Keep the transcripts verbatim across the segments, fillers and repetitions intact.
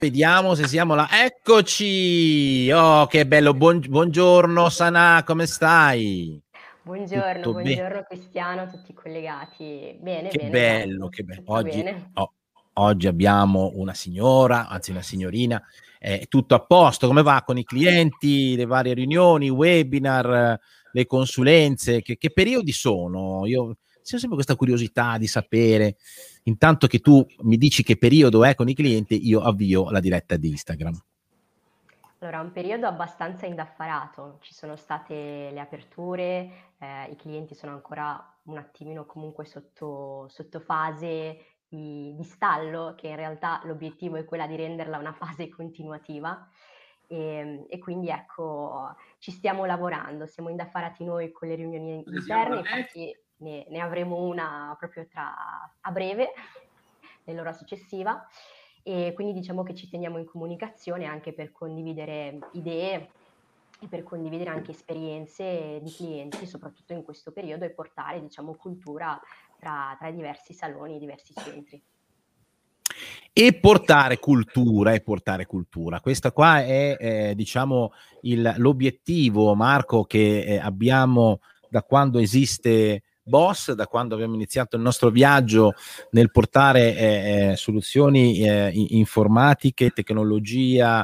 Vediamo se siamo là. Eccoci! Oh, che bello! Buon, buongiorno Sanà, come stai? Buongiorno, Tutto bene? buongiorno Cristiano, tutti collegati. Bene, Che bene, bello, esatto, che bello. tutto Oggi, bene. oh, oggi abbiamo una signora, anzi una signorina, è tutto a posto. Come va con i clienti, le varie riunioni, i webinar, le consulenze? Che, che periodi sono? Io ho sempre questa curiosità di sapere. Intanto che tu mi dici che periodo è con i clienti, io avvio la diretta di Instagram. Allora, un periodo abbastanza indaffarato, ci sono state le aperture, eh, i clienti sono ancora un attimino comunque sotto, sotto fase di, di stallo, che in realtà l'obiettivo è quella di renderla una fase continuativa. E, e quindi ecco, ci stiamo lavorando, siamo indaffarati noi con le riunioni interne, infatti ne, ne avremo una proprio tra, a breve, nell'ora successiva. E quindi diciamo che ci teniamo in comunicazione anche per condividere idee e per condividere anche esperienze di clienti, soprattutto in questo periodo, e portare, diciamo, cultura tra, tra i diversi saloni, i diversi centri. E portare cultura, e portare cultura. Questo qua è, eh, diciamo, il, l'obiettivo, Marco, che eh, abbiamo da quando esiste Boss, da quando abbiamo iniziato il nostro viaggio nel portare eh, soluzioni eh, informatiche, tecnologia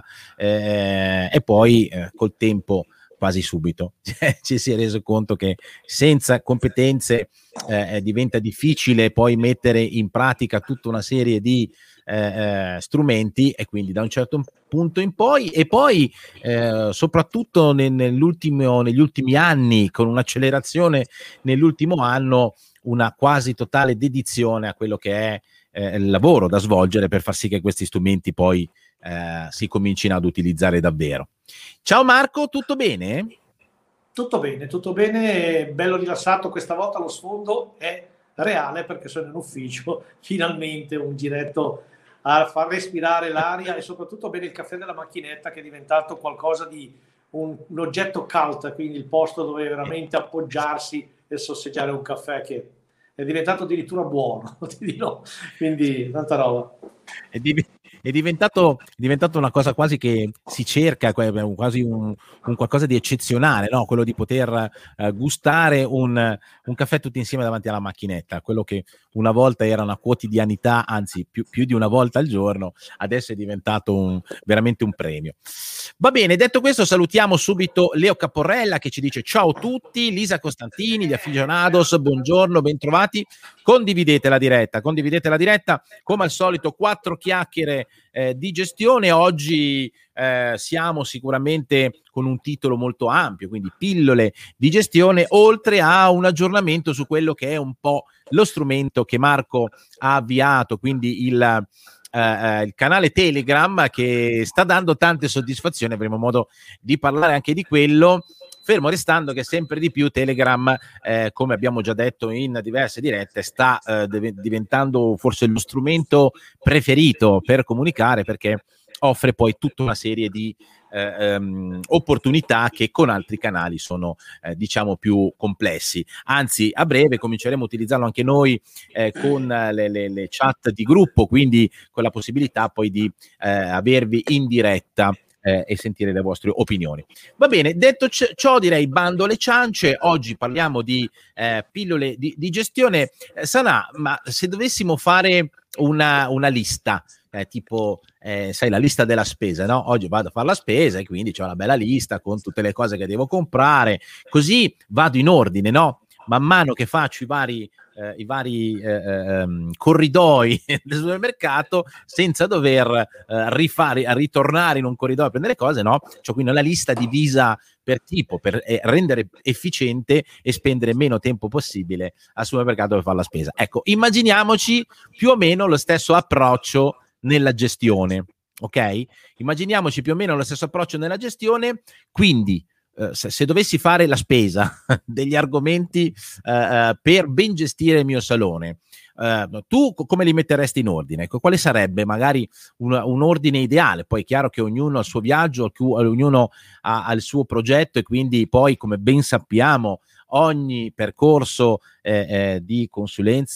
eh, e poi eh, col tempo quasi subito ci si è reso conto che senza competenze eh, diventa difficile poi mettere in pratica tutta una serie di eh, eh, strumenti, e quindi da un certo punto in poi, e poi eh, soprattutto nel, nell'ultimo, negli ultimi anni, con un'accelerazione nell'ultimo anno, una quasi totale dedizione a quello che è eh, il lavoro da svolgere per far sì che questi strumenti poi eh, si comincino ad utilizzare davvero. Ciao Marco, tutto bene? Tutto bene, tutto bene, bello rilassato questa volta, lo sfondo è reale perché sono in ufficio, finalmente un giretto a far respirare l'aria e soprattutto bene il caffè della macchinetta, che è diventato qualcosa di un, un oggetto cult, quindi il posto dove veramente appoggiarsi e sorseggiare un caffè, che è diventato addirittura buono, ti dirò, quindi tanta roba. È, div- è diventato, è diventato una cosa quasi che si cerca, quasi un, un qualcosa di eccezionale, no? Quello di poter uh, gustare un, un caffè tutti insieme davanti alla macchinetta, quello che una volta era una quotidianità, anzi più, più di una volta al giorno, adesso è diventato un, veramente un premio. Va bene, detto questo salutiamo subito Leo Caporrella che ci dice ciao a tutti, Lisa Costantini, gli aficionados, buongiorno, bentrovati, condividete la diretta, condividete la diretta, come al solito quattro chiacchiere eh, di gestione. Oggi eh, siamo sicuramente con un titolo molto ampio, quindi pillole di gestione, oltre a un aggiornamento su quello che è un po' lo strumento che Marco ha avviato, quindi il Uh, il canale Telegram, che sta dando tante soddisfazioni. Avremo modo di parlare anche di quello, fermo restando che sempre di più Telegram, eh, come abbiamo già detto in diverse dirette, sta eh, div- diventando forse lo strumento preferito per comunicare, perché offre poi tutta una serie di eh, um, opportunità che con altri canali sono eh, diciamo più complessi. Anzi, a breve cominceremo a utilizzarlo anche noi eh, con le, le, le chat di gruppo, quindi con la possibilità poi di eh, avervi in diretta eh, e sentire le vostre opinioni. Va bene, detto c- ciò, direi bando alle ciance. Oggi parliamo di eh, pillole di, di gestione. Eh, Sanà, ma se dovessimo fare una, una lista, eh, tipo, eh, sai, la lista della spesa, no? Oggi vado a fare la spesa e quindi ho una bella lista con tutte le cose che devo comprare, così vado in ordine, no? Man mano che faccio i vari eh, i vari eh, um, corridoi del supermercato, senza dover eh, rifare, a ritornare in un corridoio a prendere cose, no? C'ho quindi una lista divisa per tipo, per eh, rendere efficiente e spendere meno tempo possibile al supermercato per fare la spesa. Ecco, immaginiamoci più o meno lo stesso approccio nella gestione, ok? Immaginiamoci più o meno lo stesso approccio nella gestione, quindi Uh, se, se dovessi fare la spesa degli argomenti uh, uh, per ben gestire il mio salone, uh, tu co- come li metteresti in ordine? Ecco, quale sarebbe magari un, un ordine ideale? Poi è chiaro che ognuno ha il suo viaggio, ognuno ha, ha il suo progetto, e quindi poi, come ben sappiamo, ogni percorso eh, eh, di consulenza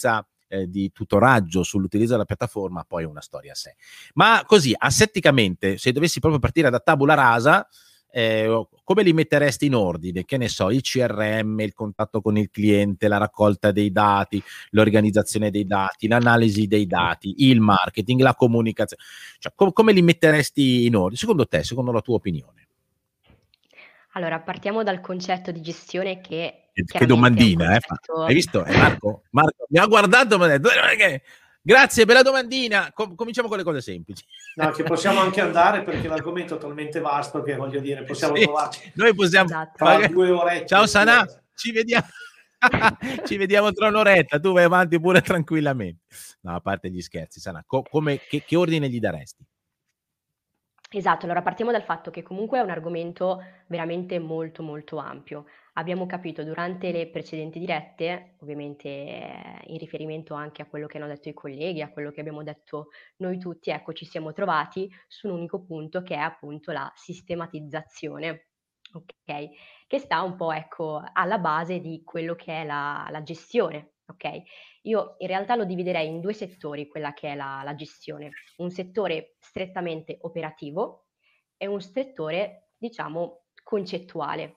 eh, di tutoraggio sull'utilizzo della piattaforma, poi è una storia a sé. Ma così, asetticamente, se dovessi proprio partire da tabula rasa, eh, come li metteresti in ordine? Che ne so, il C R M, il contatto con il cliente, la raccolta dei dati, l'organizzazione dei dati, l'analisi dei dati, il marketing, la comunicazione. Cioè, com- come li metteresti in ordine? Secondo te, secondo la tua opinione? Allora, partiamo dal concetto di gestione che Che chiaramente è un domandina, eh? concetto... Hai visto? Eh, Marco, Marco mi ha guardato e mi ha detto, "Eh, grazie per la domandina, Com- cominciamo con le cose semplici." No, che possiamo anche andare perché l'argomento è talmente vasto che voglio dire, possiamo Sì, trovarci. noi possiamo Esatto. Tra due orette. Ciao Sanà, ci vediamo. Ci vediamo tra un'oretta, tu vai avanti pure tranquillamente. No, a parte gli scherzi, Sanà, co- come, che, che ordine gli daresti? Esatto, allora partiamo dal fatto che comunque è un argomento veramente molto molto ampio. Abbiamo capito durante le precedenti dirette, ovviamente eh, in riferimento anche a quello che hanno detto i colleghi, a quello che abbiamo detto noi tutti, ecco, ci siamo trovati su un unico punto che è appunto la sistematizzazione, ok? Che sta un po', ecco, alla base di quello che è la, la gestione, ok? Io in realtà lo dividerei in due settori, quella che è la, la gestione, un settore strettamente operativo e un settore, diciamo, concettuale.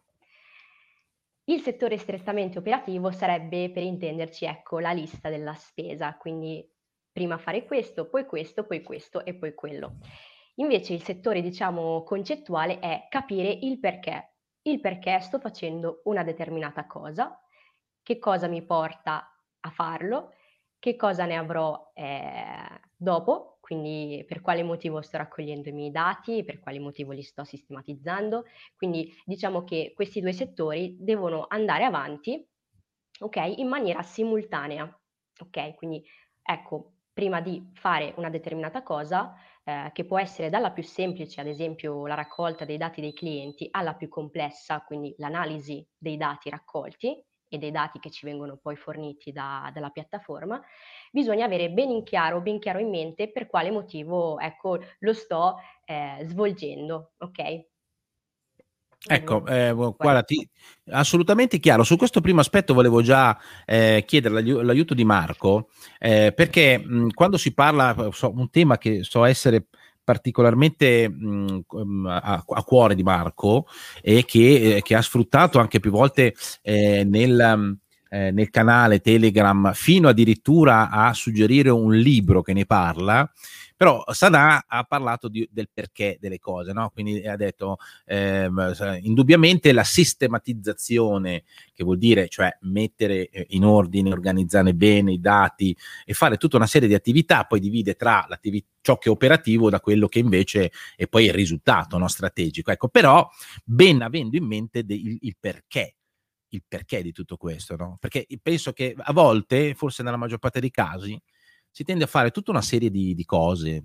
Il settore strettamente operativo sarebbe, per intenderci, ecco, la lista della spesa, quindi prima fare questo, poi questo, poi questo e poi quello. Invece il settore, diciamo, concettuale è capire il perché, il perché sto facendo una determinata cosa, che cosa mi porta a farlo, che cosa ne avrò eh, dopo, quindi per quale motivo sto raccogliendo i miei dati, per quale motivo li sto sistematizzando. Quindi diciamo che questi due settori devono andare avanti, ok, in maniera simultanea, ok? Quindi ecco, prima di fare una determinata cosa, eh, che può essere dalla più semplice, ad esempio la raccolta dei dati dei clienti, alla più complessa, quindi l'analisi dei dati raccolti e dei dati che ci vengono poi forniti da, dalla piattaforma, bisogna avere ben in chiaro, ben chiaro in mente per quale motivo, ecco, lo sto eh, svolgendo, ok? Ecco, eh, Mm, guarda, ti- assolutamente chiaro. Su questo primo aspetto volevo già eh, chiedere l'aiu- l'aiuto di Marco, eh, perché mh, quando si parla, so, un tema che so essere particolarmente mh, a, a cuore di Marco e che, eh, che ha sfruttato anche più volte eh, nel, eh, nel canale Telegram, fino addirittura a suggerire un libro che ne parla. Però Sanà ha parlato di, del perché delle cose, no? Quindi ha detto ehm, indubbiamente la sistematizzazione, che vuol dire cioè mettere in ordine, organizzare bene i dati e fare tutta una serie di attività, poi divide tra ciò che è operativo da quello che invece è poi il risultato, no? Strategico. Ecco, però ben avendo in mente de- il, il perché il perché di tutto questo, no? Perché penso che a volte, forse nella maggior parte dei casi, si tende a fare tutta una serie di, di cose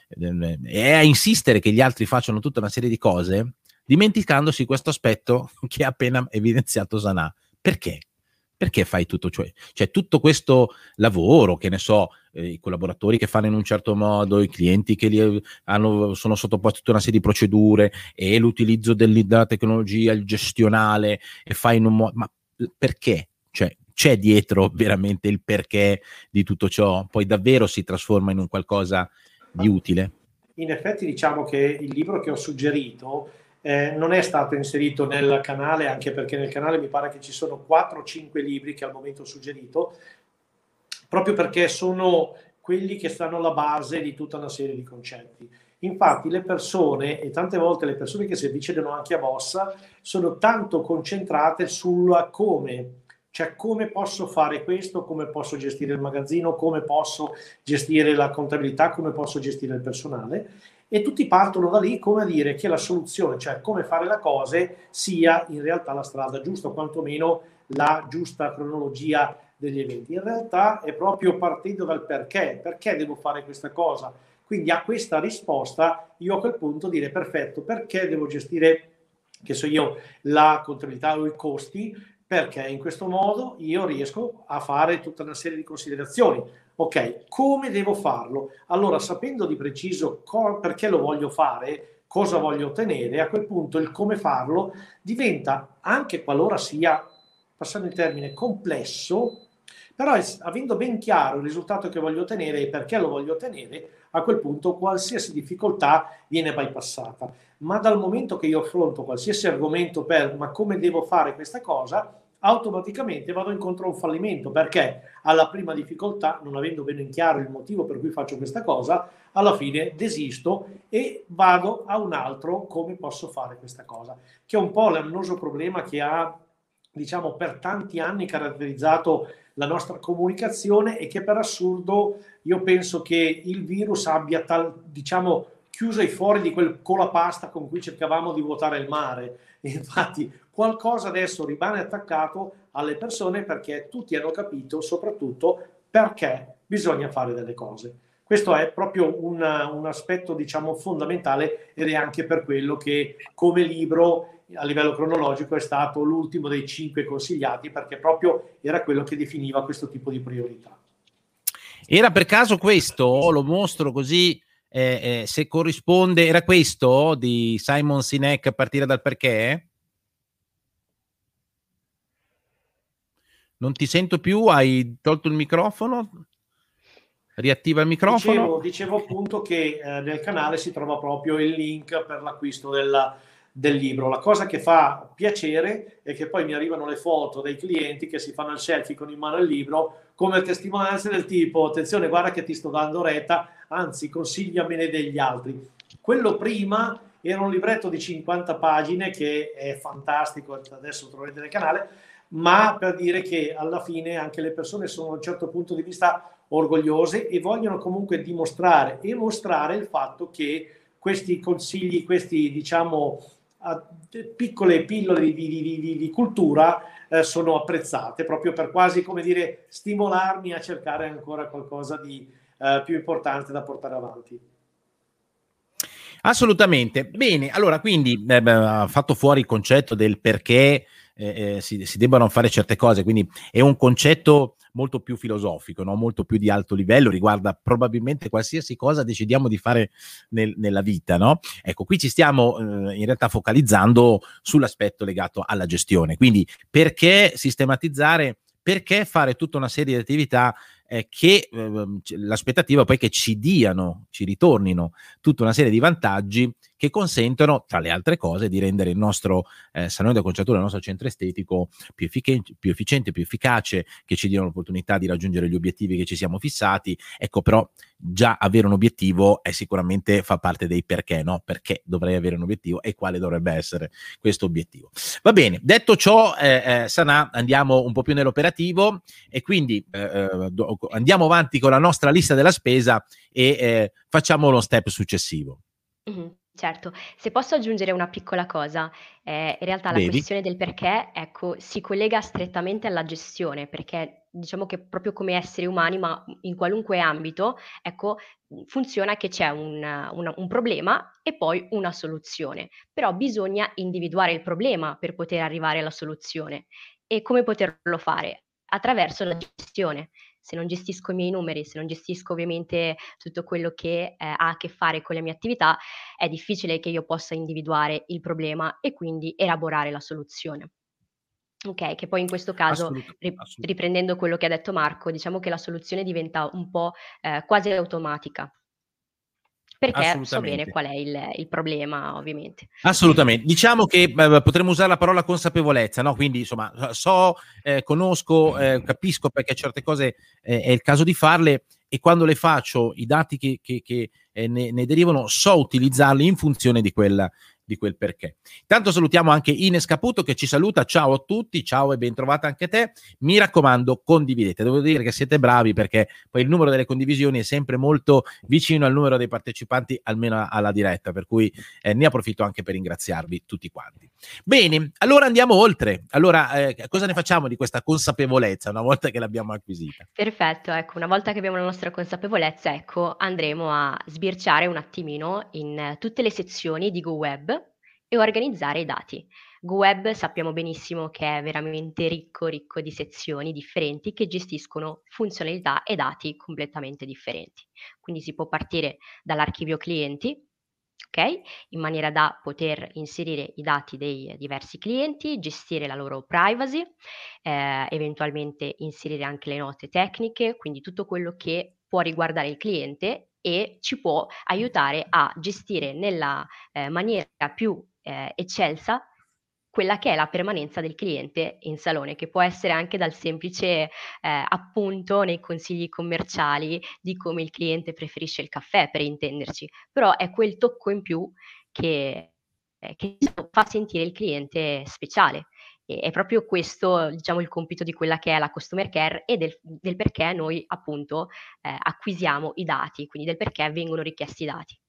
eh, e a insistere che gli altri facciano tutta una serie di cose, dimenticandosi questo aspetto che ha appena evidenziato Sanà. Perché? Perché fai tutto, cioè, cioè tutto questo lavoro, che ne so, eh, i collaboratori che fanno in un certo modo, i clienti che li hanno, sono sottoposti a tutta una serie di procedure e l'utilizzo della tecnologia, il gestionale, e fai in un modo, ma perché? Cioè, c'è dietro veramente il perché di tutto ciò? Poi davvero si trasforma in un qualcosa di utile? In effetti diciamo che il libro che ho suggerito eh, non è stato inserito nel canale, anche perché nel canale mi pare che ci sono quattro o cinque libri che al momento ho suggerito, proprio perché sono quelli che stanno alla base di tutta una serie di concetti. Infatti le persone, e tante volte le persone che si avvicinano anche a Mossa, sono tanto concentrate sulla come, cioè come posso fare questo, come posso gestire il magazzino, come posso gestire la contabilità, come posso gestire il personale, e tutti partono da lì come a dire che la soluzione, cioè come fare le cose, sia in realtà la strada giusta, o quantomeno la giusta cronologia degli eventi. In realtà è proprio partendo dal perché, perché devo fare questa cosa. Quindi a questa risposta io a quel punto dire perfetto, perché devo gestire, che so io, la contabilità o i costi, perché in questo modo io riesco a fare tutta una serie di considerazioni. Ok, come devo farlo? Allora, sapendo di preciso co- perché lo voglio fare, cosa voglio ottenere, a quel punto il come farlo diventa, anche qualora sia, passando il termine, complesso, Però es- avendo ben chiaro il risultato che voglio ottenere e perché lo voglio ottenere, a quel punto qualsiasi difficoltà viene bypassata. Ma dal momento che io affronto qualsiasi argomento per ma come devo fare questa cosa, automaticamente vado incontro a un fallimento, perché alla prima difficoltà, non avendo bene in chiaro il motivo per cui faccio questa cosa, alla fine desisto e vado a un altro come posso fare questa cosa, che è un po' l'annoso problema che ha, diciamo, per tanti anni caratterizzato la nostra comunicazione, e che per assurdo io penso che il virus abbia tal, diciamo, chiuso i fuori di quel colapasta con cui cercavamo di vuotare il mare. E infatti qualcosa adesso rimane attaccato alle persone, perché tutti hanno capito soprattutto perché bisogna fare delle cose. Questo è proprio un, un aspetto, diciamo, fondamentale, ed è anche per quello che come libro a livello cronologico è stato l'ultimo dei cinque consigliati, perché proprio era quello che definiva questo tipo di priorità. Era per caso questo? Lo mostro così, eh, eh, se corrisponde, era questo di Simon Sinek, a partire dal perché? Non ti sento più, hai tolto il microfono? Riattiva il microfono. Dicevo, dicevo appunto che eh, nel canale si trova proprio il link per l'acquisto della, del libro. La cosa che fa piacere è che poi mi arrivano le foto dei clienti che si fanno il selfie con in mano il libro, come testimonianze del tipo: attenzione, guarda che ti sto dando retta, anzi consigliamene degli altri. Quello prima era un libretto di cinquanta pagine che è fantastico, adesso lo troverete nel canale, ma per dire che alla fine anche le persone sono, a un certo punto di vista, orgogliose e vogliono comunque dimostrare e mostrare il fatto che questi consigli, questi, diciamo, piccole pillole di, di, di, di cultura eh, sono apprezzate, proprio per quasi, come dire, stimolarmi a cercare ancora qualcosa di eh, più importante da portare avanti. Assolutamente. Bene, allora quindi eh, ha fatto fuori il concetto del perché eh, eh, si, si debbano fare certe cose, quindi è un concetto molto più filosofico, no? Molto più di alto livello, riguarda probabilmente qualsiasi cosa decidiamo di fare nel, nella vita, no? Ecco, qui ci stiamo eh, in realtà focalizzando sull'aspetto legato alla gestione, quindi perché sistematizzare, perché fare tutta una serie di attività eh, che eh, l'aspettativa poi che ci diano, ci ritornino tutta una serie di vantaggi che consentono, tra le altre cose, di rendere il nostro eh, salone da conciatura, il nostro centro estetico più, effic- più efficiente, più efficace, che ci diano l'opportunità di raggiungere gli obiettivi che ci siamo fissati. Ecco, però già avere un obiettivo è sicuramente fa parte dei perché, no? Perché dovrei avere un obiettivo e quale dovrebbe essere questo obiettivo. Va bene, detto ciò, eh, eh, Sanà, andiamo un po' più nell'operativo e quindi eh, andiamo avanti con la nostra lista della spesa e eh, facciamo lo step successivo. Mm-hmm. Certo, se posso aggiungere una piccola cosa, eh, in realtà la Devi. questione del perché, ecco, si collega strettamente alla gestione, perché diciamo che proprio come esseri umani, ma in qualunque ambito, ecco, funziona che c'è un, una, un problema e poi una soluzione, però bisogna individuare il problema per poter arrivare alla soluzione. E come poterlo fare? Attraverso la gestione. Se non gestisco i miei numeri, se non gestisco ovviamente tutto quello che eh, ha a che fare con le mie attività, è difficile che io possa individuare il problema e quindi elaborare la soluzione. Ok, che poi in questo caso, Assolut- ri- assolut- riprendendo quello che ha detto Marco, diciamo che la soluzione diventa un po' eh, quasi automatica, perché so bene assolutamente. qual è il, il problema, ovviamente. Assolutamente. Diciamo che eh, potremmo usare la parola consapevolezza, no? Quindi, insomma, so, eh, conosco, eh, capisco perché certe cose eh, è il caso di farle e quando le faccio, i dati che, che, che eh, ne, ne derivano, so utilizzarli in funzione di quel, di quel perché. Tanto salutiamo anche Ines Caputo che ci saluta. Ciao a tutti, ciao e ben trovata anche te. Mi raccomando, condividete. Devo dire che siete bravi perché poi il numero delle condivisioni è sempre molto vicino al numero dei partecipanti, almeno alla diretta, per cui eh, ne approfitto anche per ringraziarvi tutti quanti. Bene, allora andiamo oltre. Allora, eh, cosa ne facciamo di questa consapevolezza una volta che l'abbiamo acquisita? Perfetto, ecco, una volta che abbiamo la nostra consapevolezza, ecco, andremo a sbirciare un attimino in eh, tutte le sezioni di GoWeb e organizzare i dati. GoWeb sappiamo benissimo che è veramente ricco, ricco di sezioni differenti che gestiscono funzionalità e dati completamente differenti. Quindi si può partire dall'archivio clienti, ok? In maniera da poter inserire i dati dei diversi clienti, gestire la loro privacy, eh, eventualmente inserire anche le note tecniche, quindi tutto quello che può riguardare il cliente e ci può aiutare a gestire nella eh, maniera più eh, eccelsa quella che è la permanenza del cliente in salone, che può essere anche dal semplice eh, appunto nei consigli commerciali di come il cliente preferisce il caffè, per intenderci, però è quel tocco in più che, eh, che fa sentire il cliente speciale. E è proprio questo, diciamo, il compito di quella che è la customer care e del, del perché noi appunto eh, acquisiamo i dati, quindi del perché vengono richiesti i dati.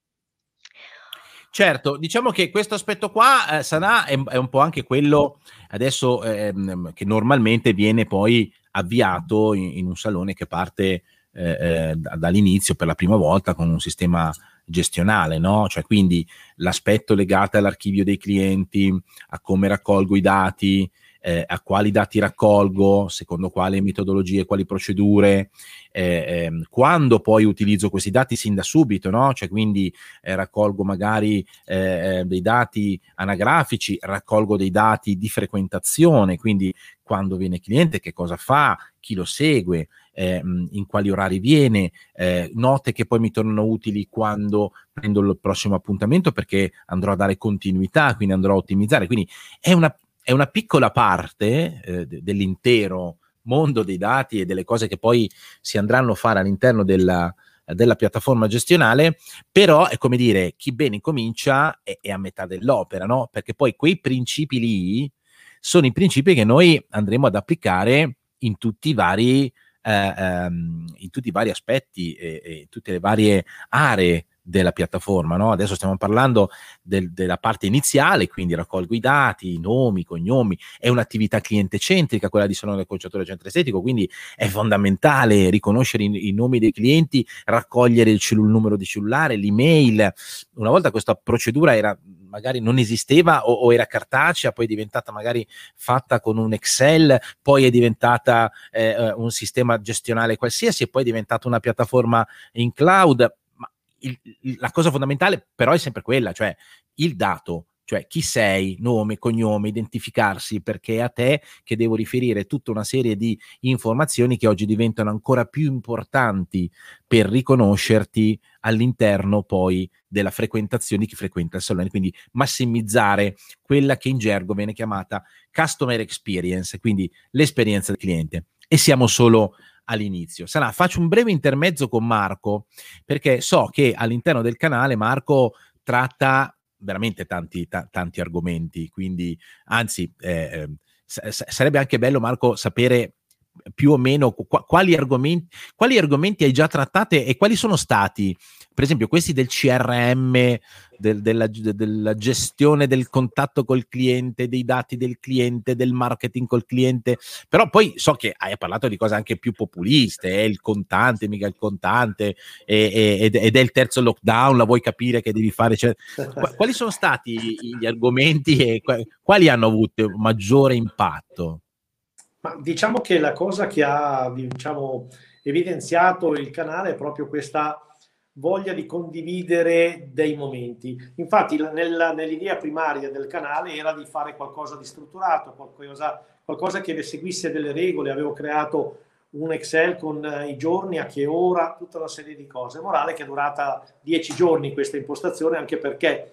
Certo, diciamo che questo aspetto qua eh, sarà è, è un po' anche quello adesso ehm, che normalmente viene poi avviato in, in un salone che parte eh, eh, dall'inizio per la prima volta con un sistema gestionale, no? Cioè quindi l'aspetto legato all'archivio dei clienti, a come raccolgo i dati, eh, a quali dati raccolgo, secondo quali metodologie, quali procedure, eh, eh, quando poi utilizzo questi dati sin da subito, no? Cioè quindi eh, raccolgo magari eh, dei dati anagrafici, raccolgo dei dati di frequentazione, quindi quando viene cliente, che cosa fa, chi lo segue, eh, in quali orari viene, eh, note che poi mi tornano utili quando prendo il prossimo appuntamento perché andrò a dare continuità, quindi andrò a ottimizzare. Quindi è una, è una piccola parte eh, dell'intero mondo dei dati e delle cose che poi si andranno a fare all'interno della, della piattaforma gestionale, però è come dire, chi bene incomincia è, è a metà dell'opera, no? Perché poi quei principi lì sono i principi che noi andremo ad applicare in tutti i vari, eh, ehm, in tutti i vari aspetti e, e in tutte le varie aree della piattaforma, no? Adesso stiamo parlando del, della parte iniziale, quindi raccolgo i dati, i nomi, i cognomi, è un'attività cliente centrica quella di Salone del Conciatore Centro Estetico, quindi è fondamentale riconoscere i, i nomi dei clienti, raccogliere il, cell- il numero di cellulare, l'email. Una volta questa procedura era magari non esisteva o, o era cartacea, poi è diventata magari fatta con un Excel, poi è diventata eh, un sistema gestionale qualsiasi e poi è diventata una piattaforma in cloud. Ma il, il, la cosa fondamentale però è sempre quella, cioè il dato, cioè chi sei, nome, cognome, identificarsi, perché è a te che devo riferire tutta una serie di informazioni che oggi diventano ancora più importanti per riconoscerti all'interno poi della frequentazione di chi frequenta il salone, quindi massimizzare quella che in gergo viene chiamata customer experience, quindi l'esperienza del cliente. E siamo solo all'inizio. Sarà, faccio un breve intermezzo con Marco, perché so che all'interno del canale Marco tratta veramente tanti, ta- tanti argomenti, quindi anzi eh, s- sarebbe anche bello, Marco, sapere più o meno qu- quali argomenti, quali argomenti hai già trattate e quali sono stati, per esempio, questi del C R M, del, della, della gestione del contatto col cliente, dei dati del cliente, del marketing col cliente, però poi so che hai parlato di cose anche più populiste, eh, il contante, mica il contante, e, e, ed è il terzo lockdown, la vuoi capire che devi fare, cioè, quali sono stati gli argomenti e quali hanno avuto maggiore impatto? Ma diciamo che la cosa che ha, diciamo, evidenziato il canale è proprio questa voglia di condividere dei momenti. Infatti nella, nell'idea primaria del canale era di fare qualcosa di strutturato, qualcosa, qualcosa che seguisse delle regole. Avevo creato un Excel con i giorni, a che ora, tutta una serie di cose. Morale che è durata dieci giorni questa impostazione, anche perché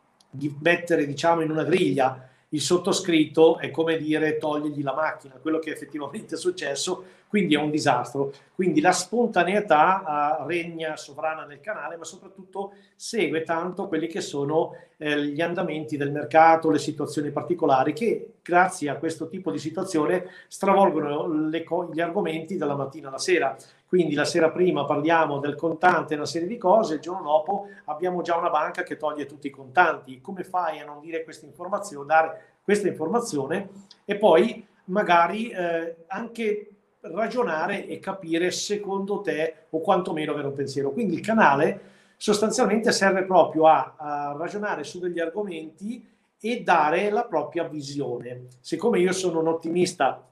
di mettere, diciamo, in una griglia il sottoscritto è come dire togliergli la macchina, quello che effettivamente è successo, quindi è un disastro. Quindi la spontaneità uh, regna sovrana nel canale, ma soprattutto segue tanto quelli che sono eh, gli andamenti del mercato, le situazioni particolari che grazie a questo tipo di situazione stravolgono le co- gli argomenti dalla mattina alla sera. Quindi la sera prima parliamo del contante e una serie di cose, il giorno dopo abbiamo già una banca che toglie tutti i contanti. Come fai a non dire questa informazione, dare questa informazione e poi magari eh, anche ragionare e capire secondo te o quantomeno avere un pensiero. Quindi il canale sostanzialmente serve proprio a, a ragionare su degli argomenti e dare la propria visione. Siccome io sono un ottimista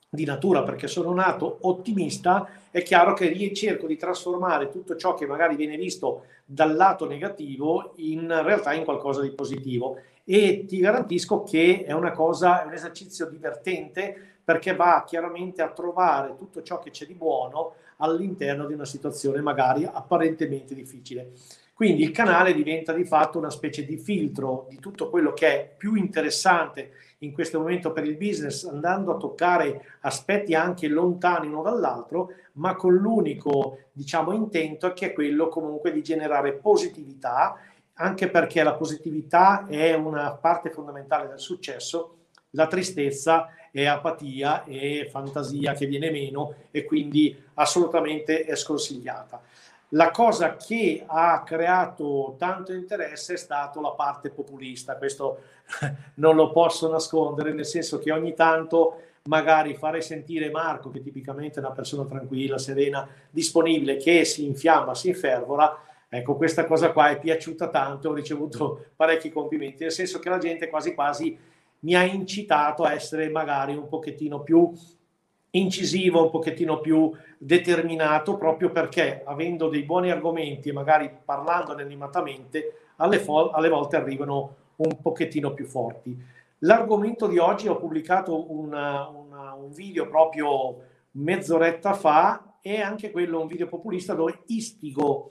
di natura, perché sono nato ottimista, è chiaro che cerco di trasformare tutto ciò che magari viene visto dal lato negativo in realtà in qualcosa di positivo, e ti garantisco che è una cosa, è un esercizio divertente, perché va chiaramente a trovare tutto ciò che c'è di buono all'interno di una situazione magari apparentemente difficile. Quindi il canale diventa di fatto una specie di filtro di tutto quello che è più interessante in questo momento per il business, andando a toccare aspetti anche lontani uno dall'altro, ma con l'unico, diciamo, intento che è quello comunque di generare positività, anche perché la positività è una parte fondamentale del successo. La tristezza è apatia e fantasia che viene meno, e quindi assolutamente è sconsigliata. La cosa che ha creato tanto interesse è stata la parte populista, questo non lo posso nascondere, nel senso che ogni tanto magari fare sentire Marco, che tipicamente è una persona tranquilla, serena, disponibile, che si infiamma, si infervora, ecco, questa cosa qua è piaciuta tanto, ho ricevuto parecchi complimenti, nel senso che la gente quasi quasi mi ha incitato a essere magari un pochettino più incisivo, un pochettino più determinato, proprio perché avendo dei buoni argomenti e magari parlandone animatamente, alle, fo- alle volte arrivano un pochettino più forti. L'argomento di oggi, ho pubblicato una, una, un video proprio mezz'oretta fa, e anche quello un video populista dove istigo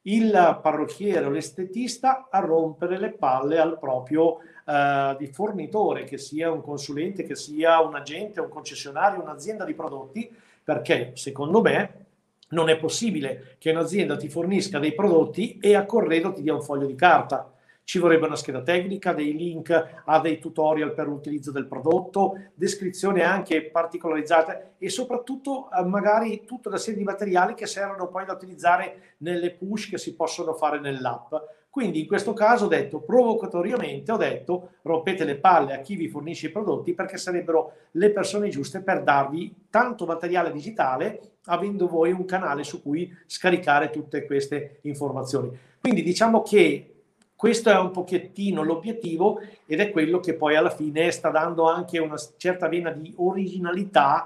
il parrucchiere o l'estetista a rompere le palle al proprio Uh, di fornitore, che sia un consulente, che sia un agente, un concessionario, un'azienda di prodotti, perché secondo me non è possibile che un'azienda ti fornisca dei prodotti e a corredo ti dia un foglio di carta. Ci vorrebbe una scheda tecnica, dei link a dei tutorial per l'utilizzo del prodotto, descrizioni anche particolarizzate, e soprattutto uh, magari tutta una serie di materiali che servono poi da utilizzare nelle push che si possono fare nell'app. Quindi in questo caso ho detto, provocatoriamente ho detto, rompete le palle a chi vi fornisce i prodotti, perché sarebbero le persone giuste per darvi tanto materiale digitale, avendo voi un canale su cui scaricare tutte queste informazioni. Quindi diciamo che questo è un pochettino l'obiettivo, ed è quello che poi alla fine sta dando anche una certa vena di originalità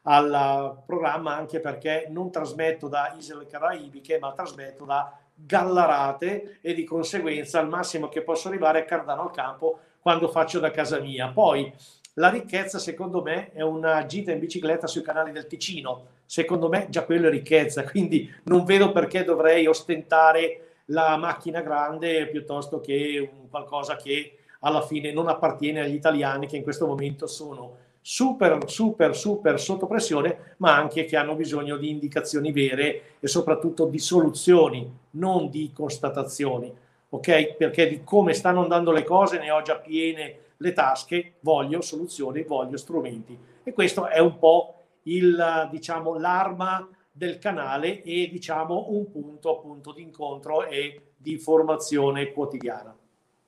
al programma, anche perché non trasmetto da Isole Caraibiche, ma trasmetto da Gallarate, e di conseguenza al massimo che posso arrivare è Cardano al Campo quando faccio da casa mia. Poi la ricchezza secondo me è una gita in bicicletta sui canali del Ticino, secondo me già quello è ricchezza, quindi non vedo perché dovrei ostentare la macchina grande piuttosto che un qualcosa che alla fine non appartiene agli italiani, che in questo momento sono super super super sotto pressione, ma anche che hanno bisogno di indicazioni vere e soprattutto di soluzioni, non di constatazioni, ok? Perché di come stanno andando le cose ne ho già piene le tasche, voglio soluzioni, voglio strumenti, e questo è un po' il, diciamo, l'arma del canale, e diciamo un punto appunto di incontro e di formazione quotidiana.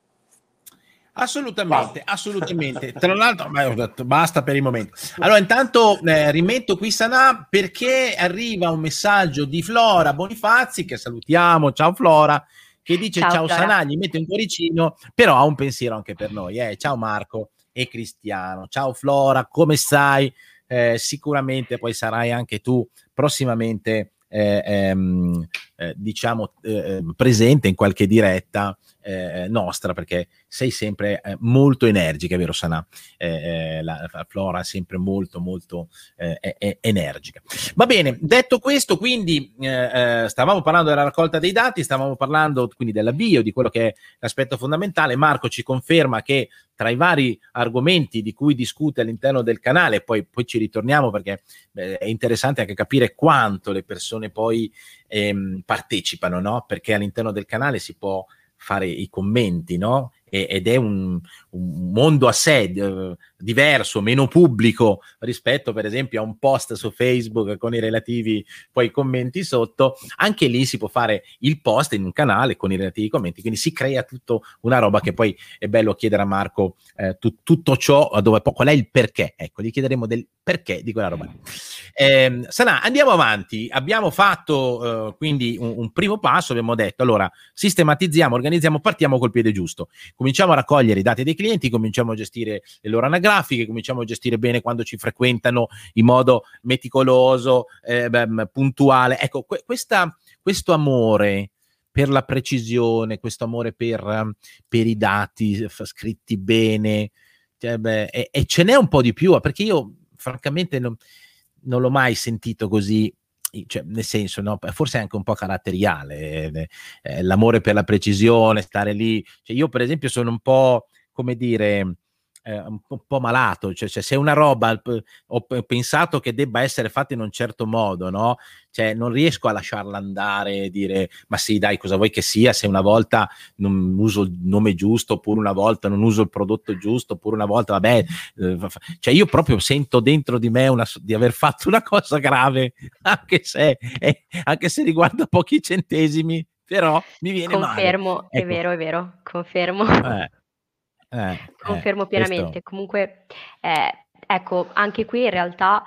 Assolutamente, assolutamente. Tra l'altro, ma ho detto, basta per il momento. Allora, intanto eh, rimetto qui Sanà, perché arriva un messaggio di Flora Bonifazzi, che salutiamo. Ciao Flora, che dice ciao, ciao Sanà, gli mette un cuoricino, però ha un pensiero anche per noi. Eh. Ciao Marco e Cristiano. Ciao Flora, come stai? Eh, sicuramente poi sarai anche tu prossimamente eh, ehm, eh, diciamo eh, presente in qualche diretta eh, nostra, perché sei sempre eh, molto energica, vero Sanà? Eh, eh, la, la Flora è sempre molto molto eh, è, energica. Va bene, detto questo, quindi eh, eh, stavamo parlando della raccolta dei dati, stavamo parlando quindi dell'avvio, di quello che è l'aspetto fondamentale. Marco ci conferma che tra i vari argomenti di cui discute all'interno del canale, poi, poi ci ritorniamo, perché eh, è interessante anche capire quanto le persone poi ehm, partecipano, no? Perché all'interno del canale si può fare i commenti, no? E, ed è un, un mondo a sé, eh, diverso, meno pubblico rispetto per esempio a un post su Facebook con i relativi poi commenti sotto. Anche lì si può fare il post in un canale con i relativi commenti, quindi si crea tutto una roba che poi è bello chiedere a Marco eh, tu, tutto ciò, dove poi qual è il perché, ecco, gli chiederemo del perché di quella roba. Eh, Sanà, andiamo avanti. Abbiamo fatto eh, quindi un, un primo passo, abbiamo detto allora sistematizziamo, organizziamo, partiamo col piede giusto. cominciamo a raccogliere i dati dei clienti, cominciamo a gestire le loro anagrafiche, cominciamo a gestire bene quando ci frequentano in modo meticoloso, eh, beh, puntuale. Ecco, que- questa, questo amore per la precisione, questo amore per, per i dati f- scritti bene, cioè, beh, e, e ce n'è un po' di più, perché io francamente non, non l'ho mai sentito così, cioè, nel senso, no? Forse è anche un po' caratteriale, eh, eh, l'amore per la precisione, stare lì. Cioè, io per esempio sono un po', come dire, eh, un, po', un po' malato, cioè, cioè se una roba p- ho p- pensato che debba essere fatta in un certo modo, no? Cioè non riesco a lasciarla andare e dire ma sì dai, cosa vuoi che sia, se una volta non uso il nome giusto, oppure una volta non uso il prodotto giusto, oppure una volta vabbè, eh, cioè io proprio sento dentro di me una, di aver fatto una cosa grave, anche se, eh, anche se riguarda pochi centesimi, però mi viene male. Confermo, è Ecco. vero, è vero, confermo. Eh, eh, Confermo eh, pienamente. questo... Comunque, eh, ecco, anche qui in realtà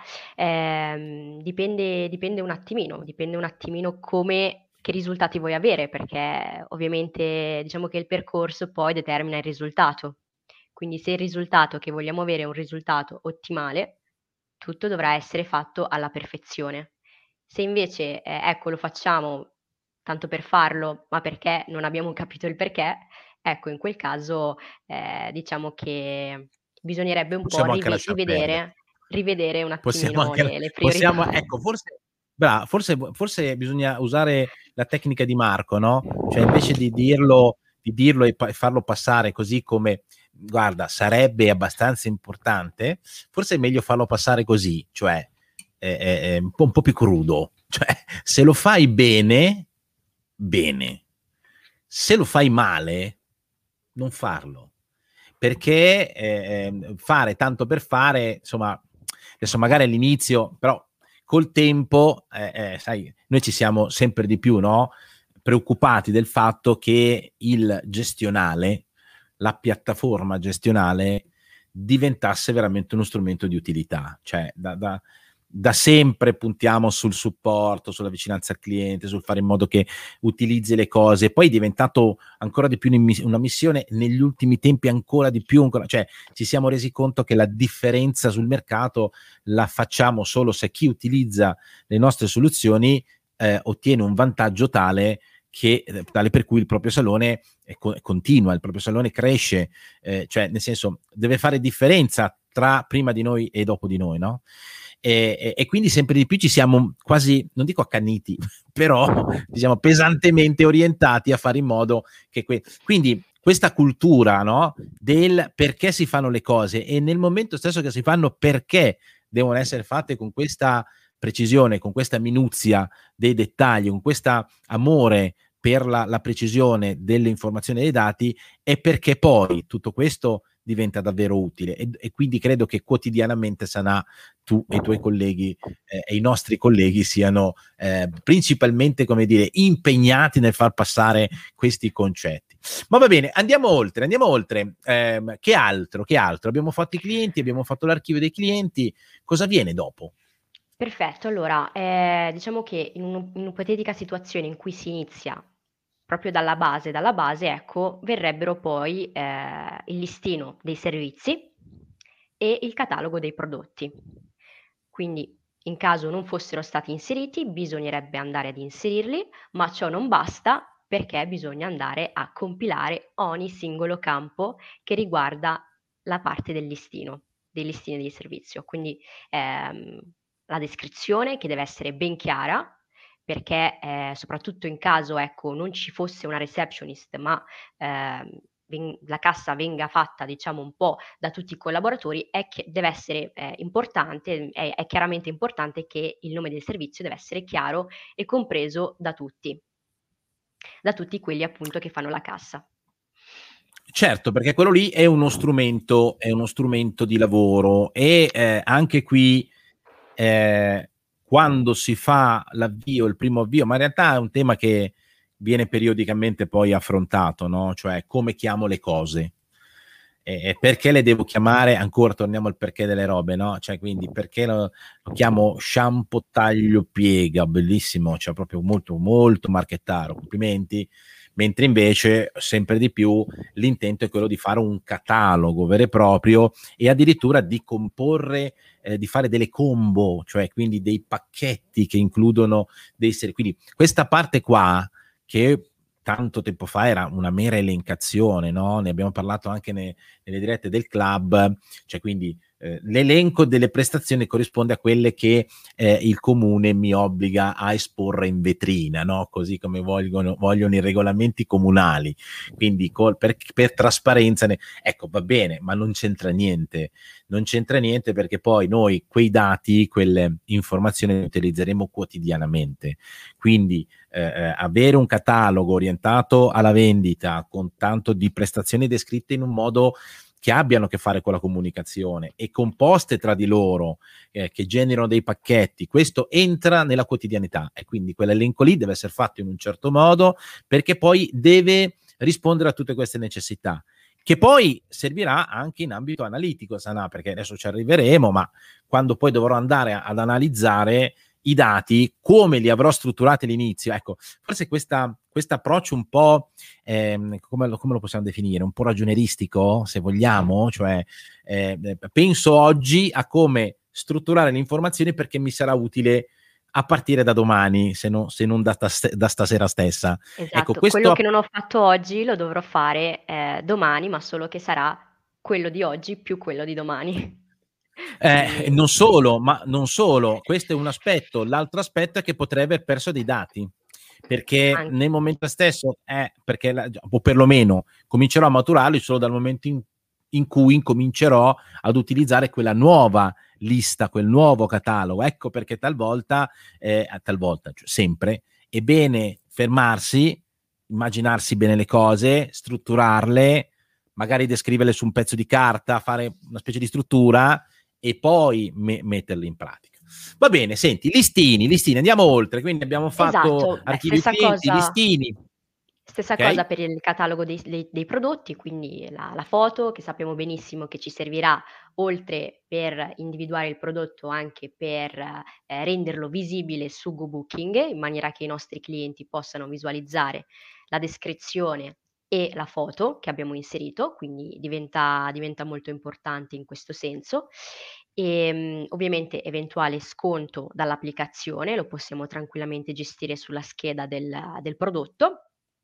ehm, dipende, dipende un attimino, dipende un attimino come, che risultati vuoi avere, perché ovviamente diciamo che il percorso poi determina il risultato. Quindi se il risultato che vogliamo avere è un risultato ottimale, tutto dovrà essere fatto alla perfezione. Se invece, eh, ecco, lo facciamo tanto per farlo, ma perché non abbiamo capito il perché, ecco, in quel caso eh, diciamo che bisognerebbe un po' Possiamo anche rive- lasciar perdere. rivedere, rivedere un Possiamo attimino anche, le, le priorità. possiamo, ecco, forse, bravo, forse, forse bisogna usare la tecnica di Marco, no? Cioè invece di dirlo, di dirlo e pa- farlo passare così come, guarda, sarebbe abbastanza importante, forse è meglio farlo passare così, cioè eh, eh, un po', un po' più crudo. Cioè, se lo fai bene, bene. Se lo fai male, non farlo. Perché eh, fare tanto per fare, insomma, adesso magari all'inizio, però col tempo, eh, eh, sai, noi ci siamo sempre di più, no? Preoccupati del fatto che il gestionale, la piattaforma gestionale, diventasse veramente uno strumento di utilità. Cioè, da, da, da sempre puntiamo sul supporto, sulla vicinanza al cliente, sul fare in modo che utilizzi le cose. Poi è diventato ancora di più una missione, negli ultimi tempi ancora di più, ancora, cioè ci siamo resi conto che la differenza sul mercato la facciamo solo se chi utilizza le nostre soluzioni eh, ottiene un vantaggio tale che tale per cui il proprio salone è, continua, il proprio salone cresce, eh, cioè nel senso deve fare differenza tra prima di noi e dopo di noi, no? E, e, e quindi sempre di più ci siamo quasi, non dico accanniti, però diciamo pesantemente orientati a fare in modo che que- quindi questa cultura, no, del perché si fanno le cose e nel momento stesso che si fanno perché devono essere fatte con questa precisione, con questa minuzia dei dettagli, con questo amore per la, la precisione delle informazioni e dei dati, è perché poi tutto questo diventa davvero utile e, e quindi credo che quotidianamente Sanà, tu e i tuoi colleghi eh, e i nostri colleghi siano eh, principalmente, come dire, impegnati nel far passare questi concetti. Ma va bene, andiamo oltre, andiamo oltre. Eh, che altro? Che altro? Abbiamo fatto i clienti, abbiamo fatto l'archivio dei clienti, cosa viene dopo? Perfetto, allora eh, diciamo che in, un, in un'ipotetica situazione in cui si inizia proprio dalla base, dalla base, ecco, verrebbero poi eh, il listino dei servizi e il catalogo dei prodotti. Quindi, in caso non fossero stati inseriti, bisognerebbe andare ad inserirli, ma ciò non basta perché bisogna andare a compilare ogni singolo campo che riguarda la parte del listino, dei listini di servizio. Quindi ehm, la descrizione che deve essere ben chiara, perché eh, soprattutto in caso ecco, non ci fosse una receptionist, ma ehm, ven- la cassa venga fatta diciamo un po' da tutti i collaboratori, è che deve essere eh, importante, è, è chiaramente importante che il nome del servizio deve essere chiaro e compreso da tutti, da tutti quelli appunto che fanno la cassa. Certo, perché quello lì è uno strumento, è uno strumento di lavoro e eh, anche qui eh, quando si fa l'avvio, il primo avvio, ma in realtà è un tema che viene periodicamente poi affrontato, no? Cioè come chiamo le cose. E perché le devo chiamare, ancora torniamo al perché delle robe, no? Cioè quindi perché lo, lo chiamo shampoo taglio piega, bellissimo, cioè proprio molto molto marchettaro, complimenti, mentre invece sempre di più l'intento è quello di fare un catalogo vero e proprio e addirittura di comporre, eh, di fare delle combo, cioè quindi dei pacchetti che includono dei servizi. Quindi questa parte qua, che tanto tempo fa era una mera elencazione, no? Ne abbiamo parlato anche ne, nelle dirette del club, cioè quindi eh, l'elenco delle prestazioni corrisponde a quelle che eh, il comune mi obbliga a esporre in vetrina, no? Così come vogliono, vogliono i regolamenti comunali, quindi col, per, per trasparenza, ne, ecco, va bene, ma non c'entra niente, non c'entra niente perché poi noi quei dati, quelle informazioni le utilizzeremo quotidianamente, quindi eh, avere un catalogo orientato alla vendita con tanto di prestazioni descritte in un modo che abbiano a che fare con la comunicazione e composte tra di loro, eh, che generano dei pacchetti, questo entra nella quotidianità e quindi quell'elenco lì deve essere fatto in un certo modo perché poi deve rispondere a tutte queste necessità, che poi servirà anche in ambito analitico, Sanà, perché adesso ci arriveremo, ma quando poi dovrò andare a, ad analizzare i dati, come li avrò strutturati all'inizio, ecco, forse questa questo approccio un po', ehm, come, lo, come lo possiamo definire, un po' ragionieristico, se vogliamo, cioè eh, penso oggi a come strutturare le informazioni perché mi sarà utile a partire da domani, se, no, se non da, da stasera stessa. Esatto, ecco, questo... quello che non ho fatto oggi lo dovrò fare eh, domani, ma solo che sarà quello di oggi più quello di domani. Eh, non solo, ma non solo, questo è un aspetto, l'altro aspetto è che potrei aver perso dei dati, perché anche nel momento stesso, eh, perché la, o perlomeno comincerò a maturarli solo dal momento in, in cui incomincerò ad utilizzare quella nuova lista, quel nuovo catalogo. Ecco perché talvolta, eh, talvolta, cioè sempre, è bene fermarsi, immaginarsi bene le cose, strutturarle, magari descriverle su un pezzo di carta, fare una specie di struttura e poi me- metterli in pratica. Va bene, senti, listini, listini, andiamo oltre, quindi abbiamo fatto esatto, archivi stessa utenti, cosa, listini. Stessa okay. cosa per il catalogo dei, dei, dei prodotti, quindi la, la foto che sappiamo benissimo che ci servirà oltre per individuare il prodotto anche per eh, renderlo visibile su GoBooking in maniera che i nostri clienti possano visualizzare la descrizione e la foto che abbiamo inserito, quindi diventa, diventa molto importante in questo senso. E ovviamente eventuale sconto dall'applicazione lo possiamo tranquillamente gestire sulla scheda del, del prodotto.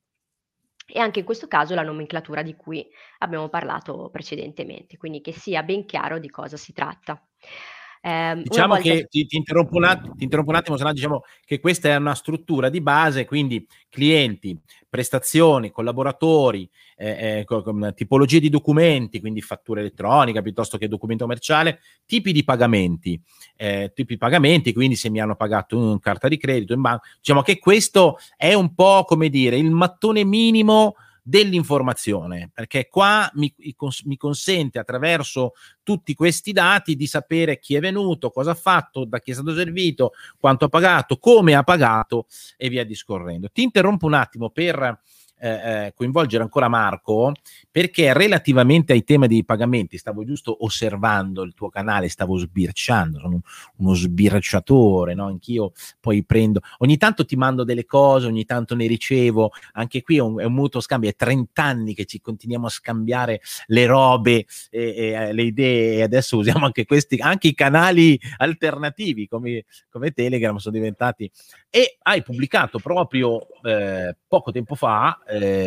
E anche in questo caso la nomenclatura di cui abbiamo parlato precedentemente, quindi che sia ben chiaro di cosa si tratta. Eh, diciamo che s- ti, ti, interrompo un attimo, ti interrompo un attimo, se no diciamo che questa è una struttura di base, quindi clienti, prestazioni, collaboratori, eh, eh, con tipologie di documenti, quindi fattura elettronica piuttosto che documento commerciale, tipi di pagamenti, eh, tipi di pagamenti, quindi se mi hanno pagato in carta di credito, in banca, diciamo che questo è un po' come dire il mattone minimo dell'informazione, perché qua mi, mi consente attraverso tutti questi dati di sapere chi è venuto, cosa ha fatto, da chi è stato servito, quanto ha pagato, come ha pagato e via discorrendo. Ti interrompo un attimo per eh, coinvolgere ancora Marco, perché relativamente ai temi dei pagamenti stavo giusto osservando il tuo canale, stavo sbirciando, sono un, uno sbirciatore, no? Anch'io poi prendo, ogni tanto ti mando delle cose, ogni tanto ne ricevo, anche qui è un, è un mutuo scambio, è trenta anni che ci continuiamo a scambiare le robe e, e le idee, e adesso usiamo anche questi, anche i canali alternativi come, come Telegram sono diventati, e hai pubblicato proprio eh, poco tempo fa,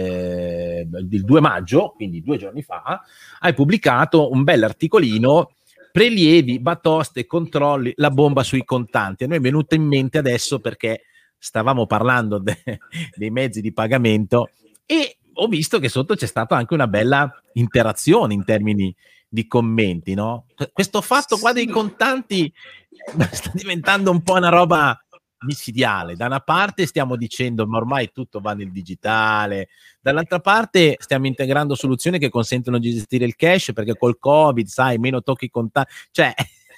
eh, il due maggio, quindi due giorni fa, hai pubblicato un bel articolino, prelievi, batoste, controlli, la bomba sui contanti. A noi è venuto in mente adesso perché stavamo parlando de- dei mezzi di pagamento e ho visto che sotto c'è stata anche una bella interazione in termini di commenti, no? Questo fatto qua dei contanti sta diventando un po' una roba micidiale. Da una parte stiamo dicendo ma ormai tutto va nel digitale, dall'altra parte stiamo integrando soluzioni che consentono di gestire il cash, perché col Covid, sai, meno tocchi contanti, cioè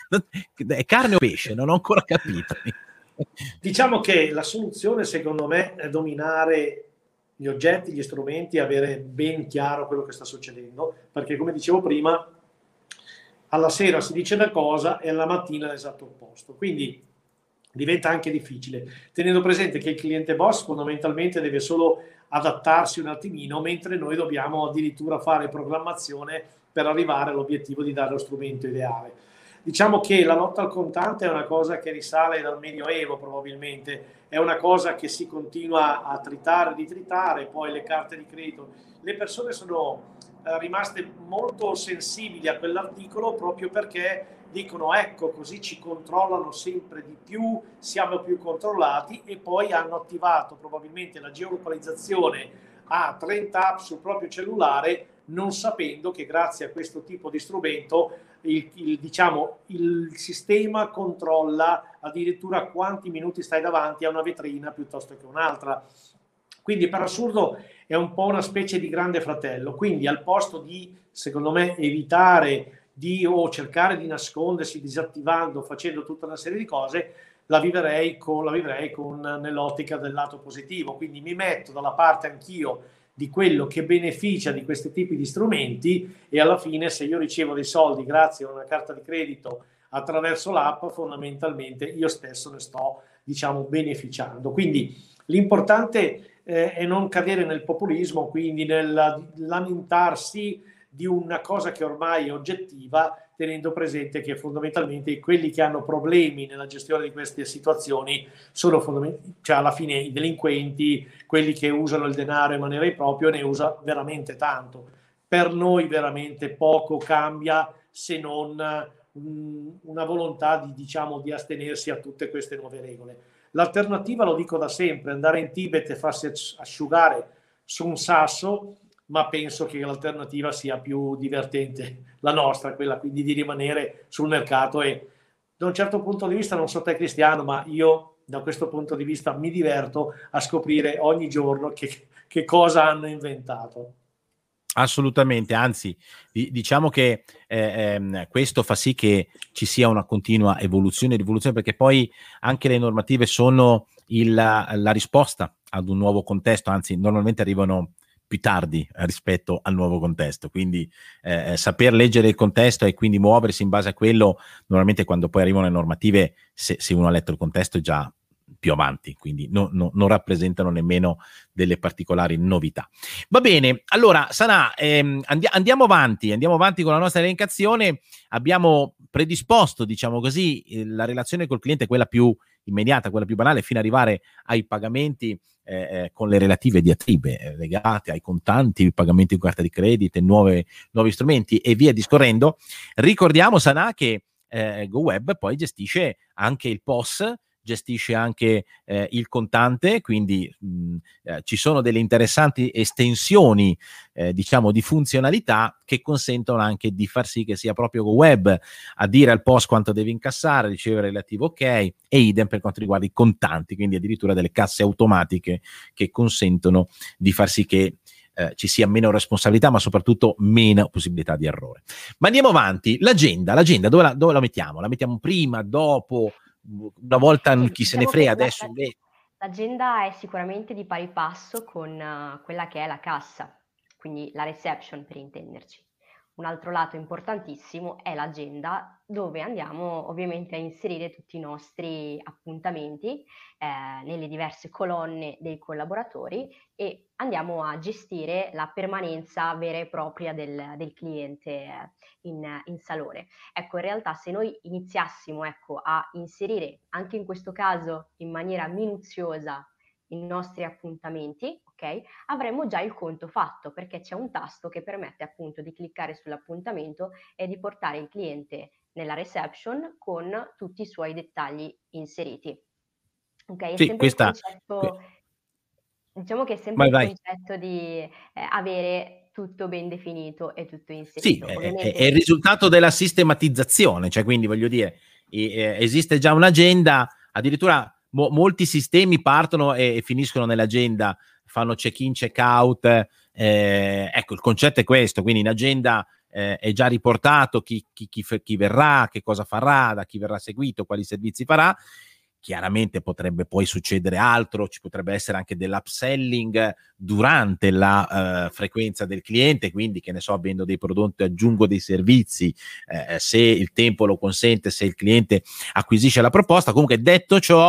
è carne o pesce, non ho ancora capito. Diciamo che la soluzione secondo me è dominare gli oggetti, gli strumenti, avere ben chiaro quello che sta succedendo, perché come dicevo prima, alla sera si dice una cosa e alla mattina l'esatto opposto, quindi diventa anche difficile, tenendo presente che il cliente boss fondamentalmente deve solo adattarsi un attimino, mentre noi dobbiamo addirittura fare programmazione per arrivare all'obiettivo di dare lo strumento ideale. Diciamo che la lotta al contante è una cosa che risale dal Medioevo probabilmente, è una cosa che si continua a tritare, ritritare, poi le carte di credito. Le persone sono eh, rimaste molto sensibili a quell'articolo proprio perché dicono ecco così ci controllano sempre di più, siamo più controllati, e poi hanno attivato probabilmente la geolocalizzazione a trenta app sul proprio cellulare, non sapendo che grazie a questo tipo di strumento il, il, diciamo, il sistema controlla addirittura quanti minuti stai davanti a una vetrina piuttosto che un'altra. Quindi per assurdo è un po' una specie di grande fratello. Quindi al posto di, secondo me, evitare di o cercare di nascondersi disattivando, facendo tutta una serie di cose, la viverei con, la vivrei con nell'ottica del lato positivo. Quindi mi metto dalla parte anch'io di quello che beneficia di questi tipi di strumenti, e alla fine se io ricevo dei soldi grazie a una carta di credito attraverso l'app, fondamentalmente io stesso ne sto, diciamo, beneficiando. Quindi l'importante eh, è non cadere nel populismo, quindi nel lamentarsi di una cosa che ormai è oggettiva, tenendo presente che fondamentalmente quelli che hanno problemi nella gestione di queste situazioni sono fondamentalmente, cioè alla fine i delinquenti, quelli che usano il denaro in maniera impropria, ne usa veramente tanto. Per noi veramente poco cambia, se non um, una volontà di, diciamo, di astenersi a tutte queste nuove regole. L'alternativa, lo dico da sempre, andare in Tibet e farsi asciugare su un sasso, ma penso che l'alternativa sia più divertente, la nostra, quella quindi di rimanere sul mercato. E da un certo punto di vista, non so te Cristiano, ma io da questo punto di vista mi diverto a scoprire ogni giorno che, che cosa hanno inventato. Assolutamente, anzi diciamo che eh, ehm, questo fa sì che ci sia una continua evoluzione e rivoluzione, perché poi anche le normative sono il, la risposta ad un nuovo contesto, anzi normalmente arrivano più tardi rispetto al nuovo contesto, quindi eh, saper leggere il contesto e quindi muoversi in base a quello, normalmente quando poi arrivano le normative, se, se uno ha letto il contesto è già più avanti, quindi no, no, non rappresentano nemmeno delle particolari novità. Va bene, allora Sanà, ehm, andi- andiamo avanti, andiamo avanti con la nostra elencazione. Abbiamo predisposto, diciamo così, eh, la relazione col cliente, quella più immediata, quella più banale, fino ad arrivare ai pagamenti eh, eh, con le relative diatribe eh, legate ai contanti, pagamenti con carta di credito, nuove, nuovi strumenti e via discorrendo. Ricordiamo, Sanà, che eh, GoWeb poi gestisce anche il P O S, gestisce anche eh, il contante, quindi mh, eh, ci sono delle interessanti estensioni eh, diciamo di funzionalità che consentono anche di far sì che sia proprio GoWeb a dire al P O S quanto deve incassare, ricevere il relativo ok, e idem per quanto riguarda i contanti, quindi addirittura delle casse automatiche che consentono di far sì che Eh, ci sia meno responsabilità, ma soprattutto meno possibilità di errore. Ma andiamo avanti. L'agenda, l'agenda dove la, dove la mettiamo? La mettiamo prima, dopo, una volta Sì, chi se diciamo ne frega che adesso la- invece. l'agenda è sicuramente di pari passo con uh, quella che è la cassa, quindi la reception per intenderci. Un altro lato importantissimo è l'agenda, dove andiamo ovviamente a inserire tutti i nostri appuntamenti eh, nelle diverse colonne dei collaboratori, e andiamo a gestire la permanenza vera e propria del, del cliente eh, in, in salone. Ecco, in realtà se noi iniziassimo, ecco, a inserire anche in questo caso in maniera minuziosa i nostri appuntamenti, ok, avremmo già il conto fatto, perché c'è un tasto che permette appunto di cliccare sull'appuntamento e di portare il cliente nella reception con tutti i suoi dettagli inseriti. Ok, è Sì, sempre il questa concetto, diciamo che è sempre vai il vai. concetto di eh, avere tutto ben definito e tutto Sì, inserito. è, Ovviamente è il risultato della sistematizzazione, cioè quindi voglio dire, eh, esiste già un'agenda, addirittura mo- molti sistemi partono e, e finiscono nell'agenda, fanno check-in, check-out, eh, ecco, il concetto è questo, quindi in agenda eh, è già riportato chi, chi, chi, chi verrà, che cosa farà, da chi verrà seguito, quali servizi farà. Chiaramente potrebbe poi succedere altro, ci potrebbe essere anche dell'upselling durante la uh, frequenza del cliente, quindi che ne so, avendo dei prodotti aggiungo dei servizi, eh, se il tempo lo consente, se il cliente acquisisce la proposta. Comunque detto ciò,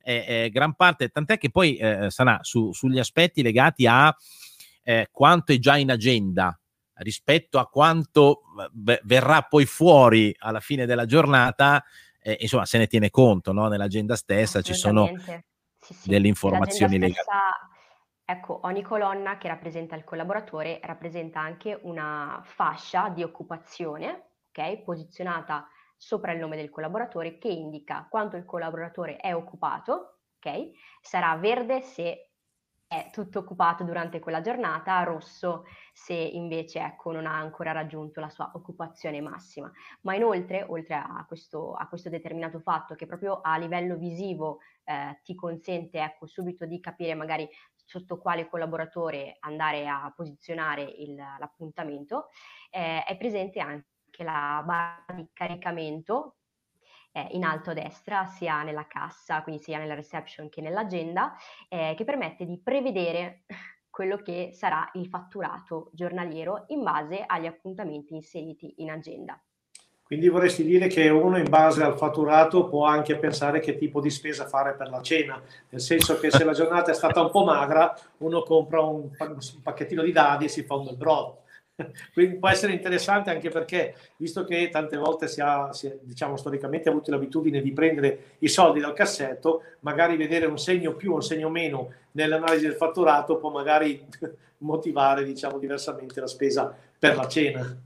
eh, eh, gran parte, tant'è che poi eh, Sanà, su, sugli aspetti legati a eh, quanto è già in agenda rispetto a quanto v- verrà poi fuori alla fine della giornata, eh, insomma se ne tiene conto, no? Nell'agenda stessa ci sono sì, sì. delle informazioni Nell'agenda legate. stessa, ecco, ogni colonna che rappresenta il collaboratore rappresenta anche una fascia di occupazione, ok? Posizionata sopra il nome del collaboratore, che indica quanto il collaboratore è occupato, ok? Sarà verde se è tutto occupato durante quella giornata, rosso se invece ecco, non ha ancora raggiunto la sua occupazione massima. Ma inoltre, oltre a questo, a questo determinato fatto che proprio a livello visivo eh, ti consente ecco, subito di capire magari sotto quale collaboratore andare a posizionare il, l'appuntamento, eh, è presente anche la barra di caricamento eh, in alto a destra, sia nella cassa, quindi sia nella reception che nell'agenda, eh, che permette di prevedere quello che sarà il fatturato giornaliero in base agli appuntamenti inseriti in agenda. Quindi vorresti dire che uno in base al fatturato può anche pensare che tipo di spesa fare per la cena, nel senso che se la giornata è stata un po' magra, uno compra un, un pacchettino di dadi e si fa un bel brodo. Quindi può essere interessante anche perché, visto che tante volte si ha, si è, diciamo, storicamente avuto l'abitudine di prendere i soldi dal cassetto, magari vedere un segno più o un segno meno nell'analisi del fatturato può magari motivare, diciamo, diversamente la spesa per la cena.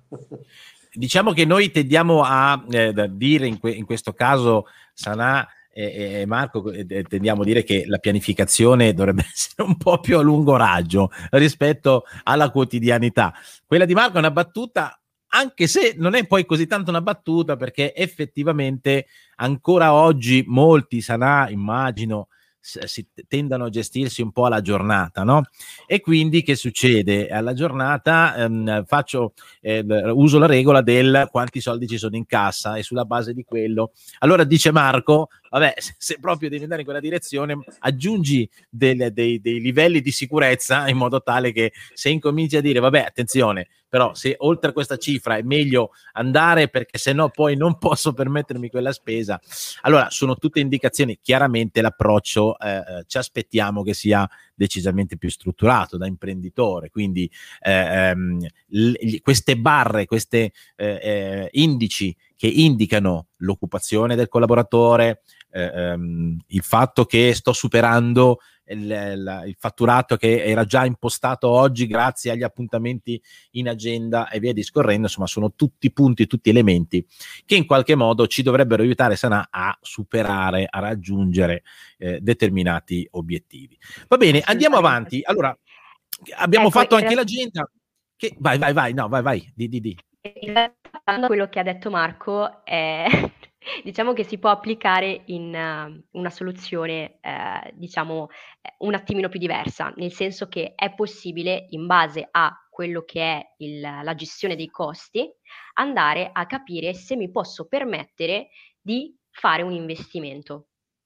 Diciamo che noi tendiamo a eh, dire in, que- in questo caso, Sanà e, e Marco, eh, tendiamo a dire che la pianificazione dovrebbe essere un po' più a lungo raggio rispetto alla quotidianità. Quella di Marco è una battuta, anche se non è poi così tanto una battuta, perché effettivamente ancora oggi molti, Sanà, immagino, si tendano a gestirsi un po' alla giornata, no? E quindi che succede? Alla giornata ehm, faccio, eh, uso la regola del quanti soldi ci sono in cassa e sulla base di quello. Allora dice Marco, vabbè, se, se proprio devi andare in quella direzione, aggiungi del, dei, dei livelli di sicurezza in modo tale che se incominci a dire, vabbè, attenzione, però se oltre a questa cifra è meglio andare perché se no poi non posso permettermi quella spesa. Allora sono tutte indicazioni, chiaramente l'approccio eh, ci aspettiamo che sia decisamente più strutturato da imprenditore, quindi eh, ehm, l- queste barre, queste eh, eh, indici che indicano l'occupazione del collaboratore, eh, ehm, il fatto che sto superando il, il, il fatturato che era già impostato oggi grazie agli appuntamenti in agenda e via discorrendo, insomma sono tutti punti, tutti elementi che in qualche modo ci dovrebbero aiutare Sanà a superare, a raggiungere eh, determinati obiettivi. Va bene, andiamo avanti. Allora, abbiamo ecco, fatto anche realtà... l'agenda. Che... Vai, vai, vai, no, vai, vai, di, di, di. In realtà quello che ha detto Marco è, diciamo che si può applicare in uh, una soluzione, eh, diciamo, un attimino più diversa, nel senso che è possibile, in base a quello che è il, la gestione dei costi, andare a capire se mi posso permettere di fare un investimento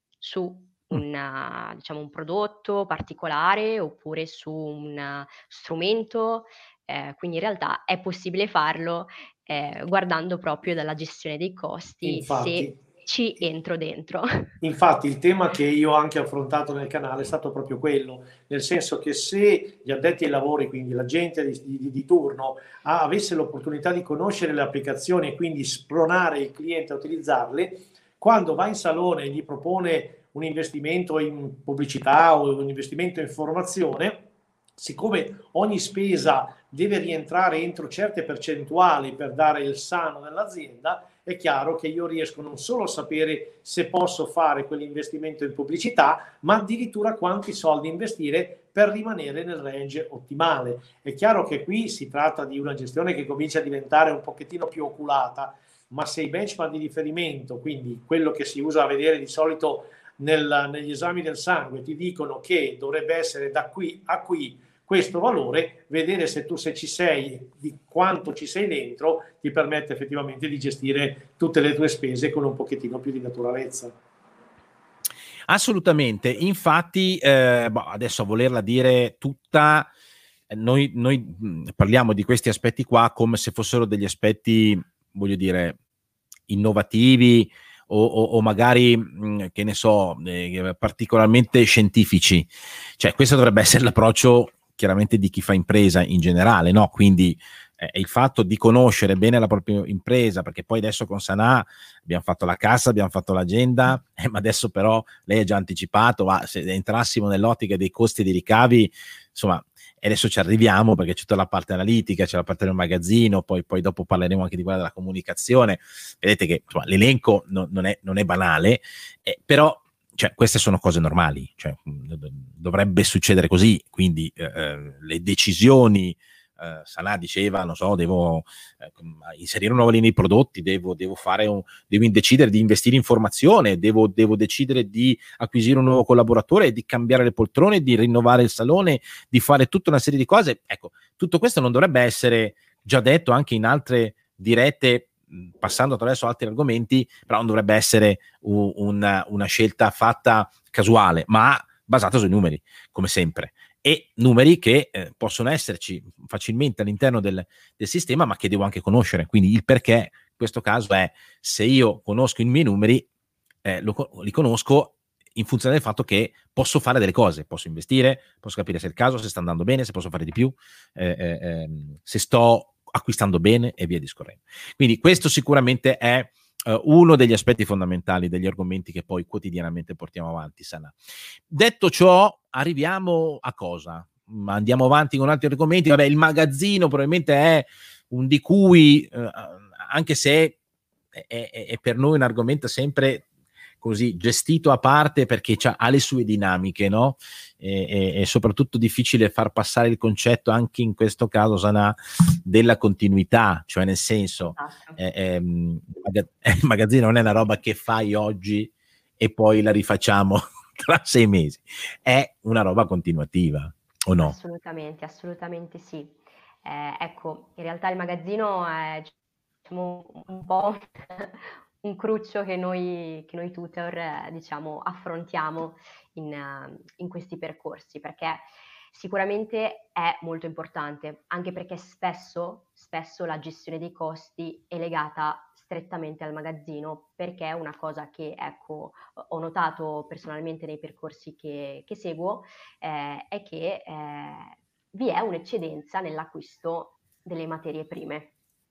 su un, diciamo, un prodotto particolare oppure su un strumento. Eh, quindi in realtà è possibile farlo eh, guardando proprio dalla gestione dei costi, Infatti, se ci entro dentro. Infatti il tema che io ho anche affrontato nel canale è stato proprio quello, nel senso che se gli addetti ai lavori, quindi la gente di, di, di turno, ah, avesse l'opportunità di conoscere le applicazioni e quindi spronare il cliente a utilizzarle, quando va in salone e gli propone un investimento in pubblicità o un investimento in formazione, siccome ogni spesa deve rientrare entro certe percentuali per dare il sano dell'azienda, è chiaro che io riesco non solo a sapere se posso fare quell'investimento in pubblicità, ma addirittura quanti soldi investire per rimanere nel range ottimale. È chiaro che qui si tratta di una gestione che comincia a diventare un pochettino più oculata, ma se i benchmark di riferimento, quindi quello che si usa a vedere di solito nel, negli esami del sangue, ti dicono che dovrebbe essere da qui a qui questo valore, vedere se tu se ci sei, di quanto ci sei dentro, ti permette effettivamente di gestire tutte le tue spese con un pochettino più di naturalezza. Assolutamente, infatti eh, boh, adesso a volerla dire tutta, noi, noi mh, parliamo di questi aspetti qua come se fossero degli aspetti, voglio dire, innovativi o, o, o magari, mh, che ne so, eh, particolarmente scientifici. Cioè, questo dovrebbe essere l'approccio chiaramente di chi fa impresa in generale, no? Quindi eh, il fatto di conoscere bene la propria impresa, perché poi adesso con Sanà abbiamo fatto la cassa, abbiamo fatto l'agenda, eh, ma adesso però lei ha già anticipato, ma se entrassimo nell'ottica dei costi e dei ricavi, insomma, e adesso ci arriviamo perché c'è tutta la parte analitica, c'è la parte del magazzino, poi, poi dopo parleremo anche di quella della comunicazione. Vedete che insomma, l'elenco no, non, è, non è banale, eh, però cioè, queste sono cose normali, cioè, dovrebbe succedere così, quindi eh, le decisioni, eh, Sanà diceva, non so, devo eh, inserire una nuova linea di prodotti, devo, devo, fare un, devo decidere di investire in formazione, devo, devo decidere di acquisire un nuovo collaboratore, di cambiare le poltrone, di rinnovare il salone, di fare tutta una serie di cose. Ecco, tutto questo non dovrebbe essere già detto anche in altre dirette, passando attraverso altri argomenti, però non dovrebbe essere un, una, una scelta fatta casuale, ma basata sui numeri, come sempre. E numeri che eh, possono esserci facilmente all'interno del, del sistema, ma che devo anche conoscere. Quindi il perché, in questo caso, è se io conosco i miei numeri, eh, lo, li conosco in funzione del fatto che posso fare delle cose, posso investire, posso capire se è il caso, se sta andando bene, se posso fare di più, eh, eh, se sto acquistando bene e via discorrendo. Quindi questo sicuramente è uh, uno degli aspetti fondamentali degli argomenti che poi quotidianamente portiamo avanti, Sana. Detto ciò, arriviamo a cosa? Andiamo avanti con altri argomenti. Vabbè, il magazzino probabilmente è un di cui, uh, anche se è, è, è per noi un argomento sempre così gestito a parte perché ha le sue dinamiche, no? E, e, e soprattutto difficile far passare il concetto anche in questo caso, Sana, della continuità, cioè nel senso eh, eh, il magazzino non è una roba che fai oggi e poi la rifacciamo tra sei mesi, è una roba continuativa, o no? Assolutamente, assolutamente sì. Eh, ecco, in realtà il magazzino è, diciamo, un po' un cruccio che noi, che noi tutor, eh, diciamo, affrontiamo in, uh, in questi percorsi, perché sicuramente è molto importante, anche perché spesso, spesso la gestione dei costi è legata strettamente al magazzino, perché è una cosa che, ecco, ho notato personalmente nei percorsi che, che seguo, eh, è che eh, vi è un'eccedenza nell'acquisto delle materie prime.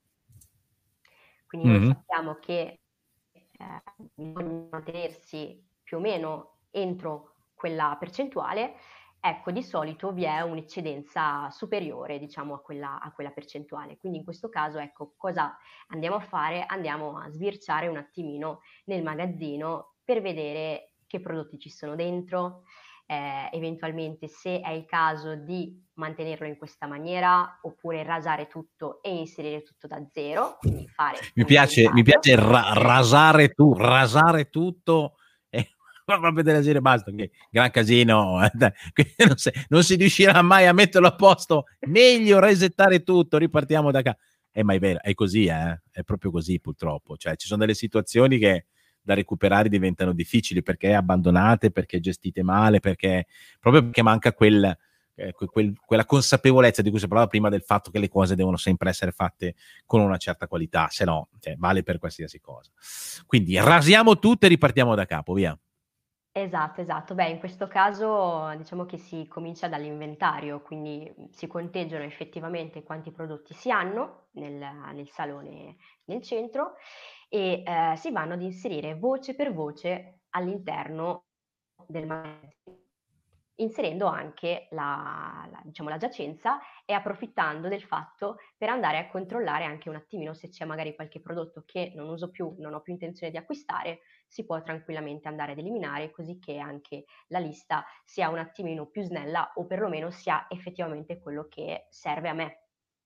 Quindi noi Mm-hmm. sappiamo che eh, bisogna mantenersi più o meno entro quella percentuale. Ecco, di solito vi è un'eccedenza superiore, diciamo, a quella, a quella percentuale. Quindi in questo caso, ecco, cosa andiamo a fare? Andiamo a sbirciare un attimino nel magazzino per vedere che prodotti ci sono dentro, eh, eventualmente se è il caso di mantenerlo in questa maniera oppure rasare tutto e inserire tutto da zero, quindi fare mi un piace, mi piace ra- montaggio. rasare tu, rasare tutto e proprio della serie basta, che gran casino, eh, dai, non, si, non si riuscirà mai a metterlo a posto, meglio resettare tutto, ripartiamo da qua. Eh, ma è vero, è così, eh? È proprio così purtroppo, cioè ci sono delle situazioni che da recuperare diventano difficili perché abbandonate, perché gestite male, perché proprio perché manca quel, eh, quel, quella consapevolezza di cui si parlava prima, del fatto che le cose devono sempre essere fatte con una certa qualità, se no cioè, vale per qualsiasi cosa. Quindi rasiamo tutto e ripartiamo da capo, via. Esatto, esatto. Beh, in questo caso diciamo che si comincia dall'inventario, quindi si conteggiano effettivamente quanti prodotti si hanno nel, nel salone nel centro e eh, si vanno ad inserire voce per voce all'interno del magazzino, inserendo anche la, la, diciamo, la giacenza e approfittando del fatto per andare a controllare anche un attimino se c'è magari qualche prodotto che non uso più, non ho più intenzione di acquistare, si può tranquillamente andare ad eliminare, così che anche la lista sia un attimino più snella o perlomeno sia effettivamente quello che serve a me.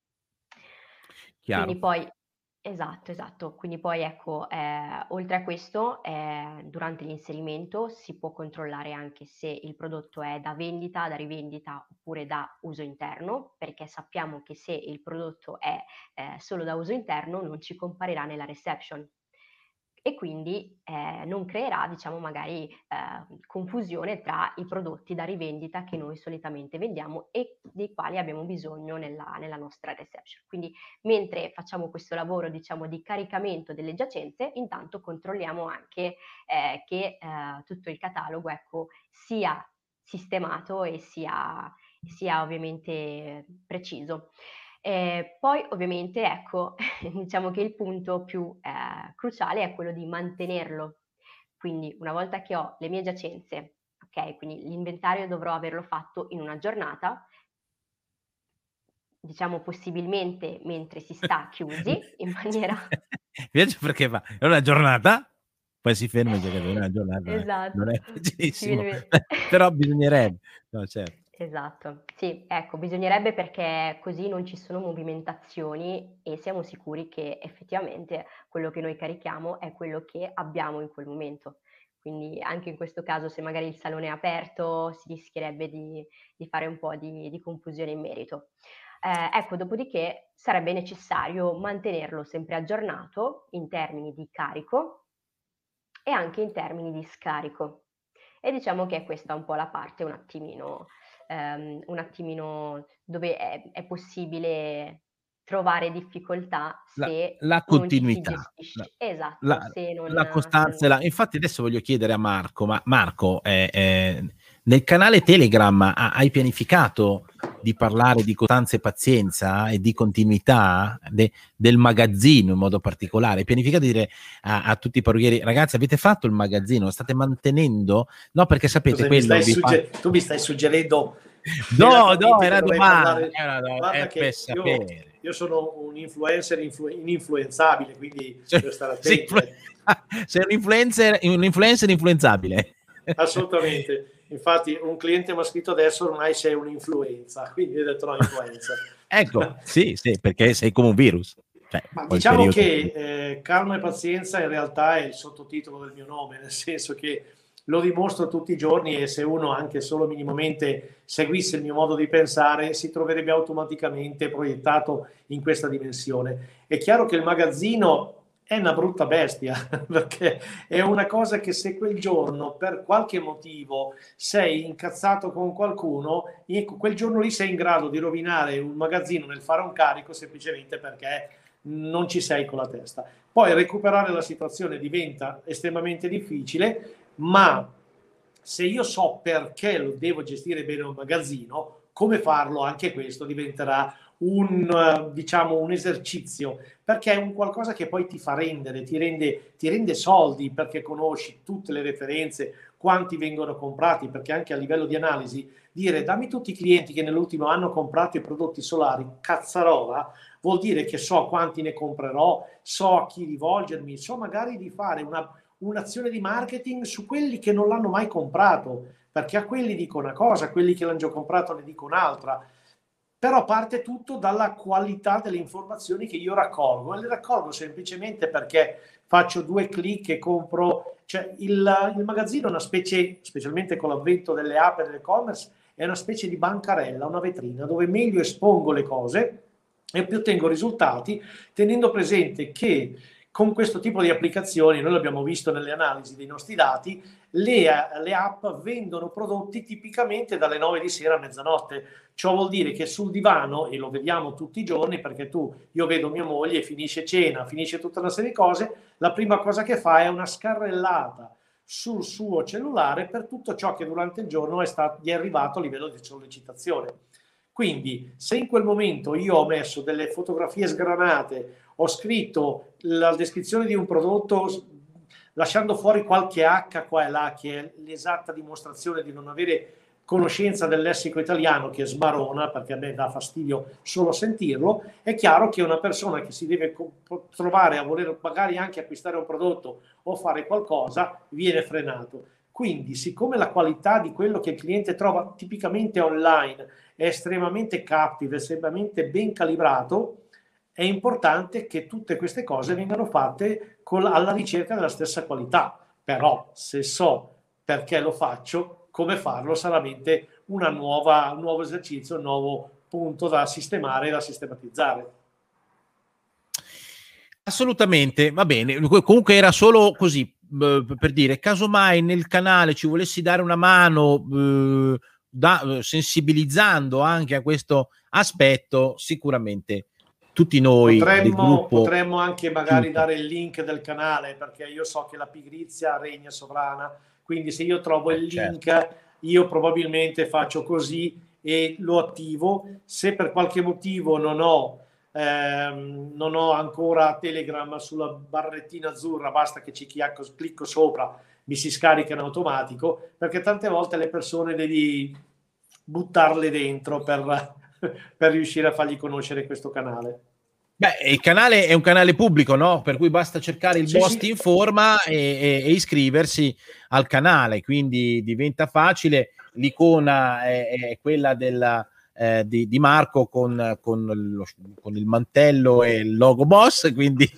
Chiaro. Quindi poi, esatto, esatto, quindi poi ecco, eh, oltre a questo, eh, durante l'inserimento si può controllare anche se il prodotto è da vendita, da rivendita oppure da uso interno, perché sappiamo che se il prodotto è eh, solo da uso interno non ci comparirà nella reception. e quindi eh, non creerà, diciamo, magari eh, confusione tra i prodotti da rivendita che noi solitamente vendiamo e dei quali abbiamo bisogno nella, nella nostra reception. Quindi mentre facciamo questo lavoro, diciamo, di caricamento delle giacenze, intanto controlliamo anche eh, che eh, tutto il catalogo, ecco, sia sistemato e sia, sia ovviamente preciso. Eh, poi ovviamente ecco, diciamo che il punto più eh, cruciale è quello di mantenerlo. Quindi una volta che ho le mie giacenze, ok, quindi l'inventario dovrò averlo fatto in una giornata, diciamo possibilmente mentre si sta chiusi, in maniera... Mi piace perché va, è una giornata, poi si ferma e dice che è una giornata, Esatto, non è facilissimo, possibilmente. però bisognerebbe, no, certo. Esatto, sì, ecco, bisognerebbe, perché così non ci sono movimentazioni e siamo sicuri che effettivamente quello che noi carichiamo è quello che abbiamo in quel momento. Quindi anche in questo caso, se magari il salone è aperto, si rischierebbe di, di fare un po' di, di confusione in merito. Eh, ecco, dopodiché sarebbe necessario mantenerlo sempre aggiornato in termini di carico e anche in termini di scarico. E diciamo che questa è un po' la parte un attimino, ehm, un attimino dove è, è possibile trovare difficoltà La, se la non ci si continuità, la, gestisce. Esatto, la, se non... la Se costanza. non... La, infatti adesso voglio chiedere a Marco, ma Marco, eh, eh, nel canale Telegram ha, hai pianificato di parlare di costanza e pazienza e di continuità de, del magazzino in modo particolare? Hai pianificato di dire a, a tutti i parrucchieri, ragazzi, avete fatto il magazzino? Lo state mantenendo? No, perché sapete, mi quello vi sugger- fa... tu mi stai suggerendo No, no, è che una dovrei domanda, parlare. è, una do- Guarda è per che io, sapere. io sono un influencer influ- ininfluenzabile, quindi Cioè, devo stare sei, attento. Eh. sei un influencer, un influencer influenzabile. Assolutamente. Infatti un cliente mi ha scritto adesso, ormai sei un'influenza, quindi ho detto no, influenza. Ecco, sì, sì, perché sei come un virus. Cioè, Ma poi il diciamo periodo... che eh, calma e pazienza in realtà è il sottotitolo del mio nome, nel senso che lo dimostro tutti i giorni, e se uno anche solo minimamente seguisse il mio modo di pensare si troverebbe automaticamente proiettato in questa dimensione. È chiaro che il magazzino è una brutta bestia, perché è una cosa che se quel giorno per qualche motivo sei incazzato con qualcuno, quel giorno lì sei in grado di rovinare un magazzino nel fare un carico semplicemente perché non ci sei con la testa. Poi recuperare la situazione diventa estremamente difficile, ma se io so perché lo devo gestire bene un magazzino, come farlo, anche questo diventerà un, diciamo, un esercizio, perché è un qualcosa che poi ti fa rendere, ti rende, ti rende soldi, perché conosci tutte le referenze, quanti vengono comprati, perché anche a livello di analisi dire dammi tutti i clienti che nell'ultimo anno hanno comprato i prodotti solari, cazzarola, vuol dire che so quanti ne comprerò, so a chi rivolgermi, so magari di fare una, un'azione di marketing su quelli che non l'hanno mai comprato, perché a quelli dico una cosa, a quelli che l'hanno già comprato ne dico un'altra. Però parte tutto dalla qualità delle informazioni che io raccolgo, e le raccolgo semplicemente perché faccio due clic e compro. Cioè il, il magazzino è una specie, specialmente con l'avvento delle app e dell'e-commerce, è una specie di bancarella, una vetrina dove meglio espongo le cose e più ottengo risultati, tenendo presente che con questo tipo di applicazioni, noi l'abbiamo visto nelle analisi dei nostri dati, le, le app vendono prodotti tipicamente dalle nove di sera a mezzanotte. Ciò vuol dire che sul divano, e lo vediamo tutti i giorni, perché tu, io vedo mia moglie, finisce cena, finisce tutta una serie di cose, la prima cosa che fa è una scarrellata sul suo cellulare per tutto ciò che durante il giorno è, stato, gli è arrivato a livello di sollecitazione. Quindi se in quel momento io ho messo delle fotografie sgranate, ho scritto la descrizione di un prodotto lasciando fuori qualche H qua e là, che è l'esatta dimostrazione di non avere conoscenza del lessico italiano, che smarona, perché a me dà fastidio solo sentirlo, è chiaro che una persona che si deve trovare a voler magari anche acquistare un prodotto o fare qualcosa viene frenato. Quindi, siccome la qualità di quello che il cliente trova tipicamente online è estremamente captive, estremamente ben calibrato, è importante che tutte queste cose vengano fatte con la, alla ricerca della stessa qualità. Però, se so perché lo faccio, come farlo sarà veramente una nuova, un nuovo esercizio, un nuovo punto da sistemare e da sistematizzare. Assolutamente, va bene. Comunque era solo così, eh, per dire, casomai nel canale ci volessi dare una mano, eh, da, sensibilizzando anche a questo aspetto, sicuramente tutti noi potremmo, del gruppo potremmo anche magari dare il link del canale, perché io so che la pigrizia regna sovrana, quindi se io trovo il link, certo, io probabilmente faccio così e lo attivo. Se per qualche motivo non ho ehm, non ho ancora Telegram sulla barrettina azzurra, basta che ci clicco sopra, mi si scarica in automatico, perché tante volte le persone devi buttarle dentro per, per riuscire a fargli conoscere questo canale. Beh, il canale è un canale pubblico, no? Per cui basta cercare il sì, boss sì. Ti informa e, e, e iscriversi al canale, quindi diventa facile. L'icona è, è quella della, eh, di, di Marco con, con, lo, con il mantello e il logo boss, quindi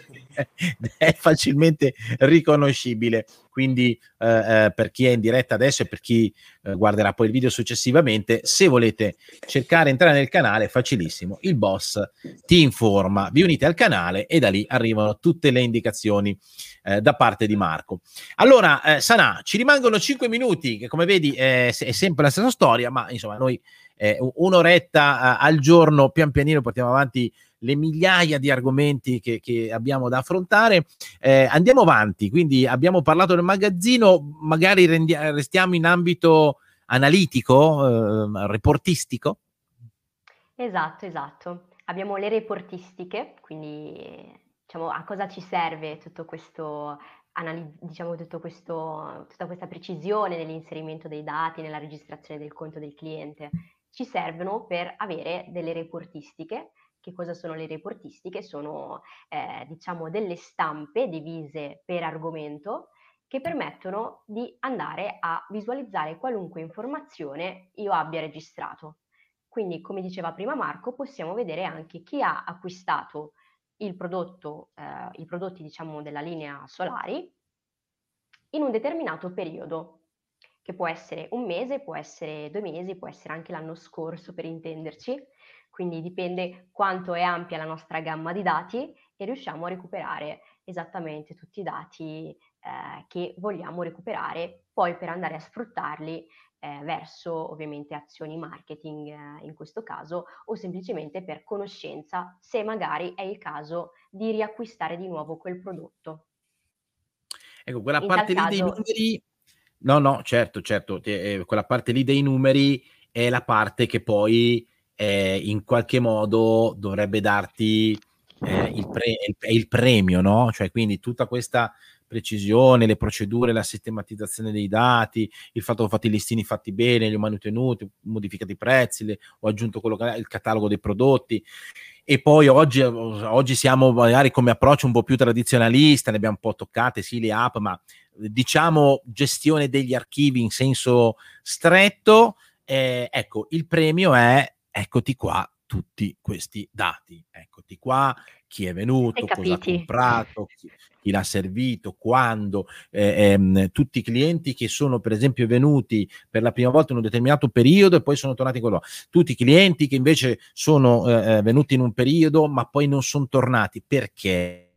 è facilmente riconoscibile. Quindi eh, eh, per chi è in diretta adesso e per chi eh, guarderà poi il video successivamente, se volete cercare di entrare nel canale, facilissimo, il boss ti informa, vi unite al canale e da lì arrivano tutte le indicazioni eh, da parte di Marco. Allora, eh, Sanà, ci rimangono cinque minuti, che come vedi eh, è sempre la stessa storia, ma insomma noi eh, un'oretta eh, al giorno, pian pianino portiamo avanti le migliaia di argomenti che, che abbiamo da affrontare. Eh, andiamo avanti, quindi abbiamo parlato del magazzino, magari rendi- restiamo in ambito analitico, eh, reportistico. Esatto, esatto. Abbiamo le reportistiche, quindi diciamo a cosa ci serve tutto questo, anali- diciamo tutto questo, tutta questa precisione nell'inserimento dei dati, nella registrazione del conto del cliente. Ci servono per avere delle reportistiche. Che cosa sono le reportistiche? Sono eh, diciamo delle stampe divise per argomento che permettono di andare a visualizzare qualunque informazione io abbia registrato. Quindi, come diceva prima Marco, possiamo vedere anche chi ha acquistato il prodotto, eh, i prodotti diciamo della linea Solari in un determinato periodo, che può essere un mese, può essere due mesi, può essere anche l'anno scorso, per intenderci. Quindi dipende quanto è ampia la nostra gamma di dati e riusciamo a recuperare esattamente tutti i dati eh, che vogliamo recuperare, poi per andare a sfruttarli eh, verso ovviamente azioni marketing eh, in questo caso, o semplicemente per conoscenza, se magari è il caso di riacquistare di nuovo quel prodotto. Ecco, quella in parte lì caso... dei numeri, no, no, certo, certo, eh, quella parte lì dei numeri è la parte che poi eh, in qualche modo dovrebbe darti eh, il, pre- il, il premio, no? Cioè, quindi tutta questa precisione, le procedure, la sistematizzazione dei dati, il fatto che ho fatto i listini fatti bene, li ho mantenuti, ho modificato i prezzi, le, ho aggiunto quello che è il catalogo dei prodotti. E poi oggi, oggi siamo magari come approccio un po' più tradizionalista, ne abbiamo un po' toccate, sì, le app, ma diciamo gestione degli archivi in senso stretto. Eh, ecco, il premio è eccoti qua tutti questi dati, eccoti qua chi è venuto, cosa ha comprato, chi, chi l'ha servito, quando, eh, ehm, tutti i clienti che sono per esempio venuti per la prima volta in un determinato periodo e poi sono tornati quello, tutti i clienti che invece sono eh, venuti in un periodo ma poi non sono tornati, perché?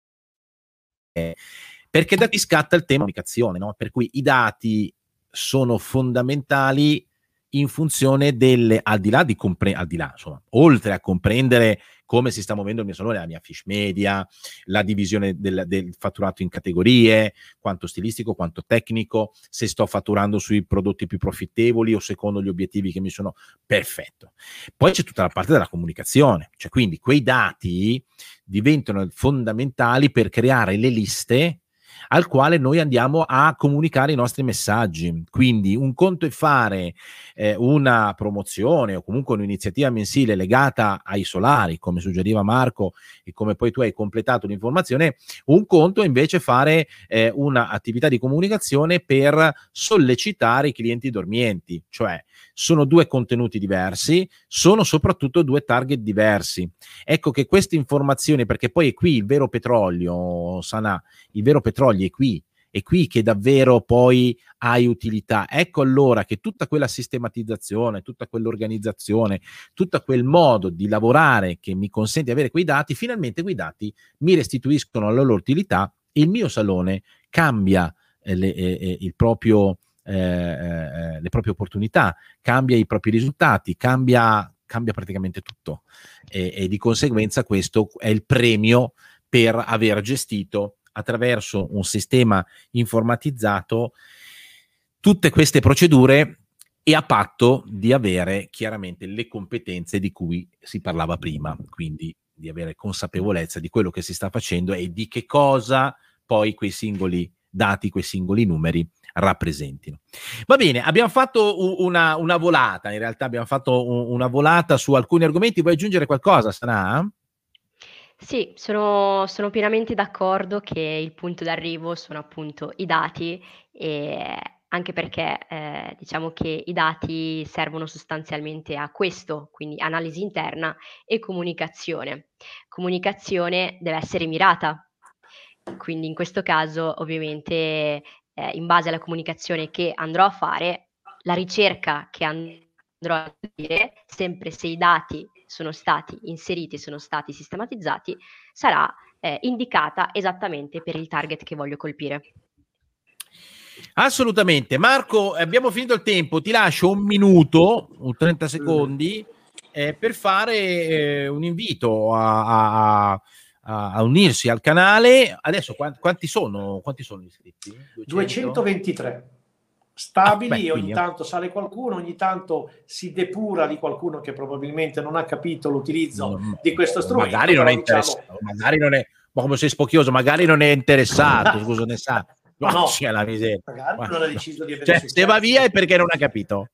Perché da qui scatta il tema comunicazione, no? Per cui i dati sono fondamentali in funzione delle, al di là di compre- al di là, insomma, oltre a comprendere come si sta muovendo il mio salone, la mia fiche media, la divisione del, del fatturato in categorie, quanto stilistico, quanto tecnico, se sto fatturando sui prodotti più profittevoli o secondo gli obiettivi che mi sono, perfetto. Poi c'è tutta la parte della comunicazione, cioè quindi quei dati diventano fondamentali per creare le liste al quale noi andiamo a comunicare i nostri messaggi. Quindi un conto è fare eh, una promozione o comunque un'iniziativa mensile legata ai solari, come suggeriva Marco e come poi tu hai completato l'informazione, un conto è invece fare eh, un'attività di comunicazione per sollecitare i clienti dormienti, cioè sono due contenuti diversi, sono soprattutto due target diversi. Ecco che queste informazioni, perché poi è qui il vero petrolio, Sanà, il vero petrolio è qui, è qui che davvero poi hai utilità. Ecco allora che tutta quella sistematizzazione, tutta quell'organizzazione, tutto quel modo di lavorare che mi consente di avere quei dati, finalmente quei dati mi restituiscono la loro utilità e il mio salone cambia eh, le, eh, il proprio, eh, eh, le proprie opportunità, cambia i propri risultati, cambia, cambia praticamente tutto e, e di conseguenza questo è il premio per aver gestito attraverso un sistema informatizzato tutte queste procedure e a patto di avere chiaramente le competenze di cui si parlava prima, quindi di avere consapevolezza di quello che si sta facendo e di che cosa poi quei singoli dati, quei singoli numeri rappresentino. Va bene, abbiamo fatto una, una volata, in realtà abbiamo fatto un, una volata su alcuni argomenti. Vuoi aggiungere qualcosa, Sanà? Sì, sono, sono pienamente d'accordo che il punto d'arrivo sono appunto i dati, e anche perché eh, diciamo che i dati servono sostanzialmente a questo, quindi analisi interna e comunicazione. Comunicazione deve essere mirata, quindi in questo caso ovviamente eh, in base alla comunicazione che andrò a fare, la ricerca che andrò a dire, sempre se i dati sono stati inseriti, sono stati sistematizzati, sarà eh, indicata esattamente per il target che voglio colpire. Assolutamente. Marco, abbiamo finito il tempo, ti lascio un minuto, un trenta secondi, eh, per fare eh, un invito a, a, a, unirsi al canale. Adesso quanti, quanti sono? Quanti sono gli iscritti? duecento? duecentoventitré. Stabili, ah, beh, ogni quindi... tanto sale qualcuno, ogni tanto si depura di qualcuno che probabilmente non ha capito l'utilizzo no, di questo strumento. Magari non è diciamo... interessato, magari non è, ma come sei spocchioso, magari non è interessato, scusa, ne sa. No, no, c'è la miseria. magari Ma, non ha deciso di avere cioè, successo. se va via è perché non ha capito.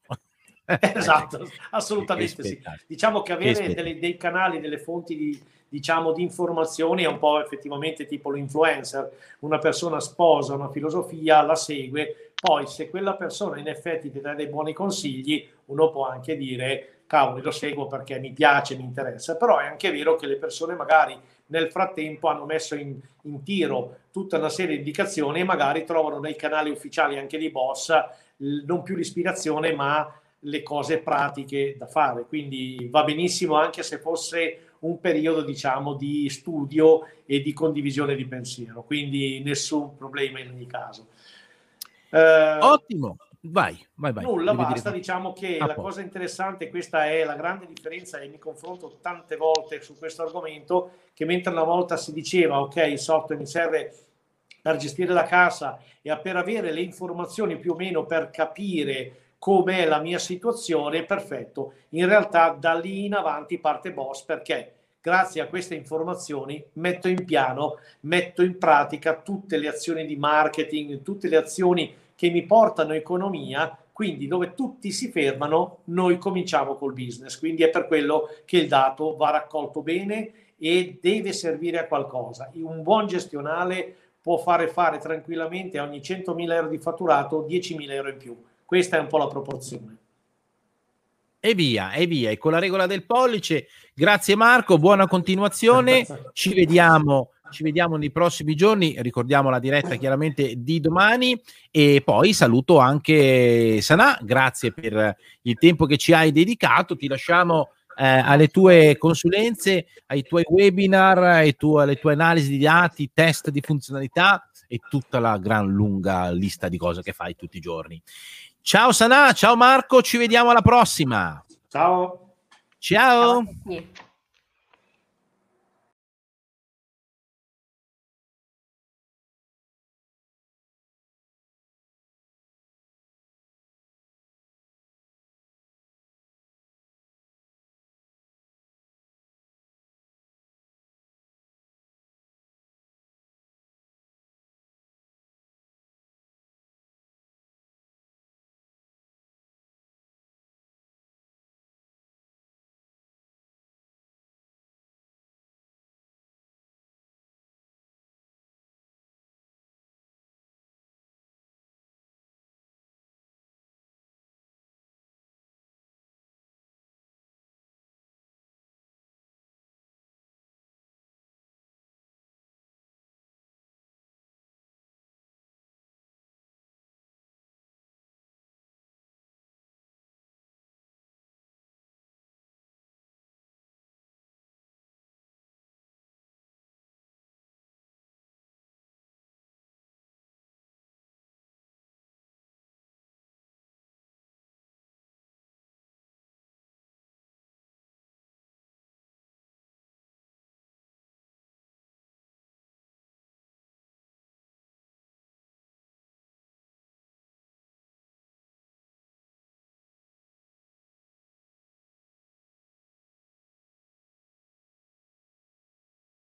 Esatto, assolutamente sì. Diciamo che avere che delle, dei canali, delle fonti di, diciamo, di informazioni è un po' effettivamente tipo l'influencer. Una persona sposa una filosofia, la segue, poi se quella persona in effetti ti dà dei buoni consigli, uno può anche dire cavoli, lo seguo perché mi piace, mi interessa. Però è anche vero che le persone magari nel frattempo hanno messo in, in tiro tutta una serie di indicazioni e magari trovano nei canali ufficiali anche di Boss non più l'ispirazione ma le cose pratiche da fare, quindi va benissimo anche se fosse un periodo diciamo di studio e di condivisione di pensiero, quindi nessun problema in ogni caso. Eh, ottimo, vai, vai, vai. Nulla, Devi basta, dire... diciamo che ah, la poi. cosa interessante, questa è la grande differenza e mi confronto tante volte su questo argomento, che mentre una volta si diceva ok, il software mi serve per gestire la casa e per avere le informazioni più o meno per capire com'è la mia situazione, perfetto. In realtà da lì in avanti parte Boss, perché grazie a queste informazioni metto in piano, metto in pratica tutte le azioni di marketing, tutte le azioni che mi portano economia, quindi dove tutti si fermano, noi cominciamo col business. Quindi è per quello che il dato va raccolto bene e deve servire a qualcosa. Un buon gestionale può fare fare tranquillamente a ogni centomila euro di fatturato diecimila euro in più. Questa è un po' la proporzione. E via, e via. E con la regola del pollice, grazie Marco, buona continuazione. Ci vediamo, ci vediamo nei prossimi giorni. Ricordiamo la diretta chiaramente di domani. E poi saluto anche Sanà, grazie per il tempo che ci hai dedicato. Ti lasciamo eh, alle tue consulenze, ai tuoi webinar, ai tu, alle tue analisi di dati, test di funzionalità e tutta la gran lunga lista di cose che fai tutti i giorni. Ciao Sanà, ciao Marco, ci vediamo alla prossima. Ciao. Ciao. Ciao.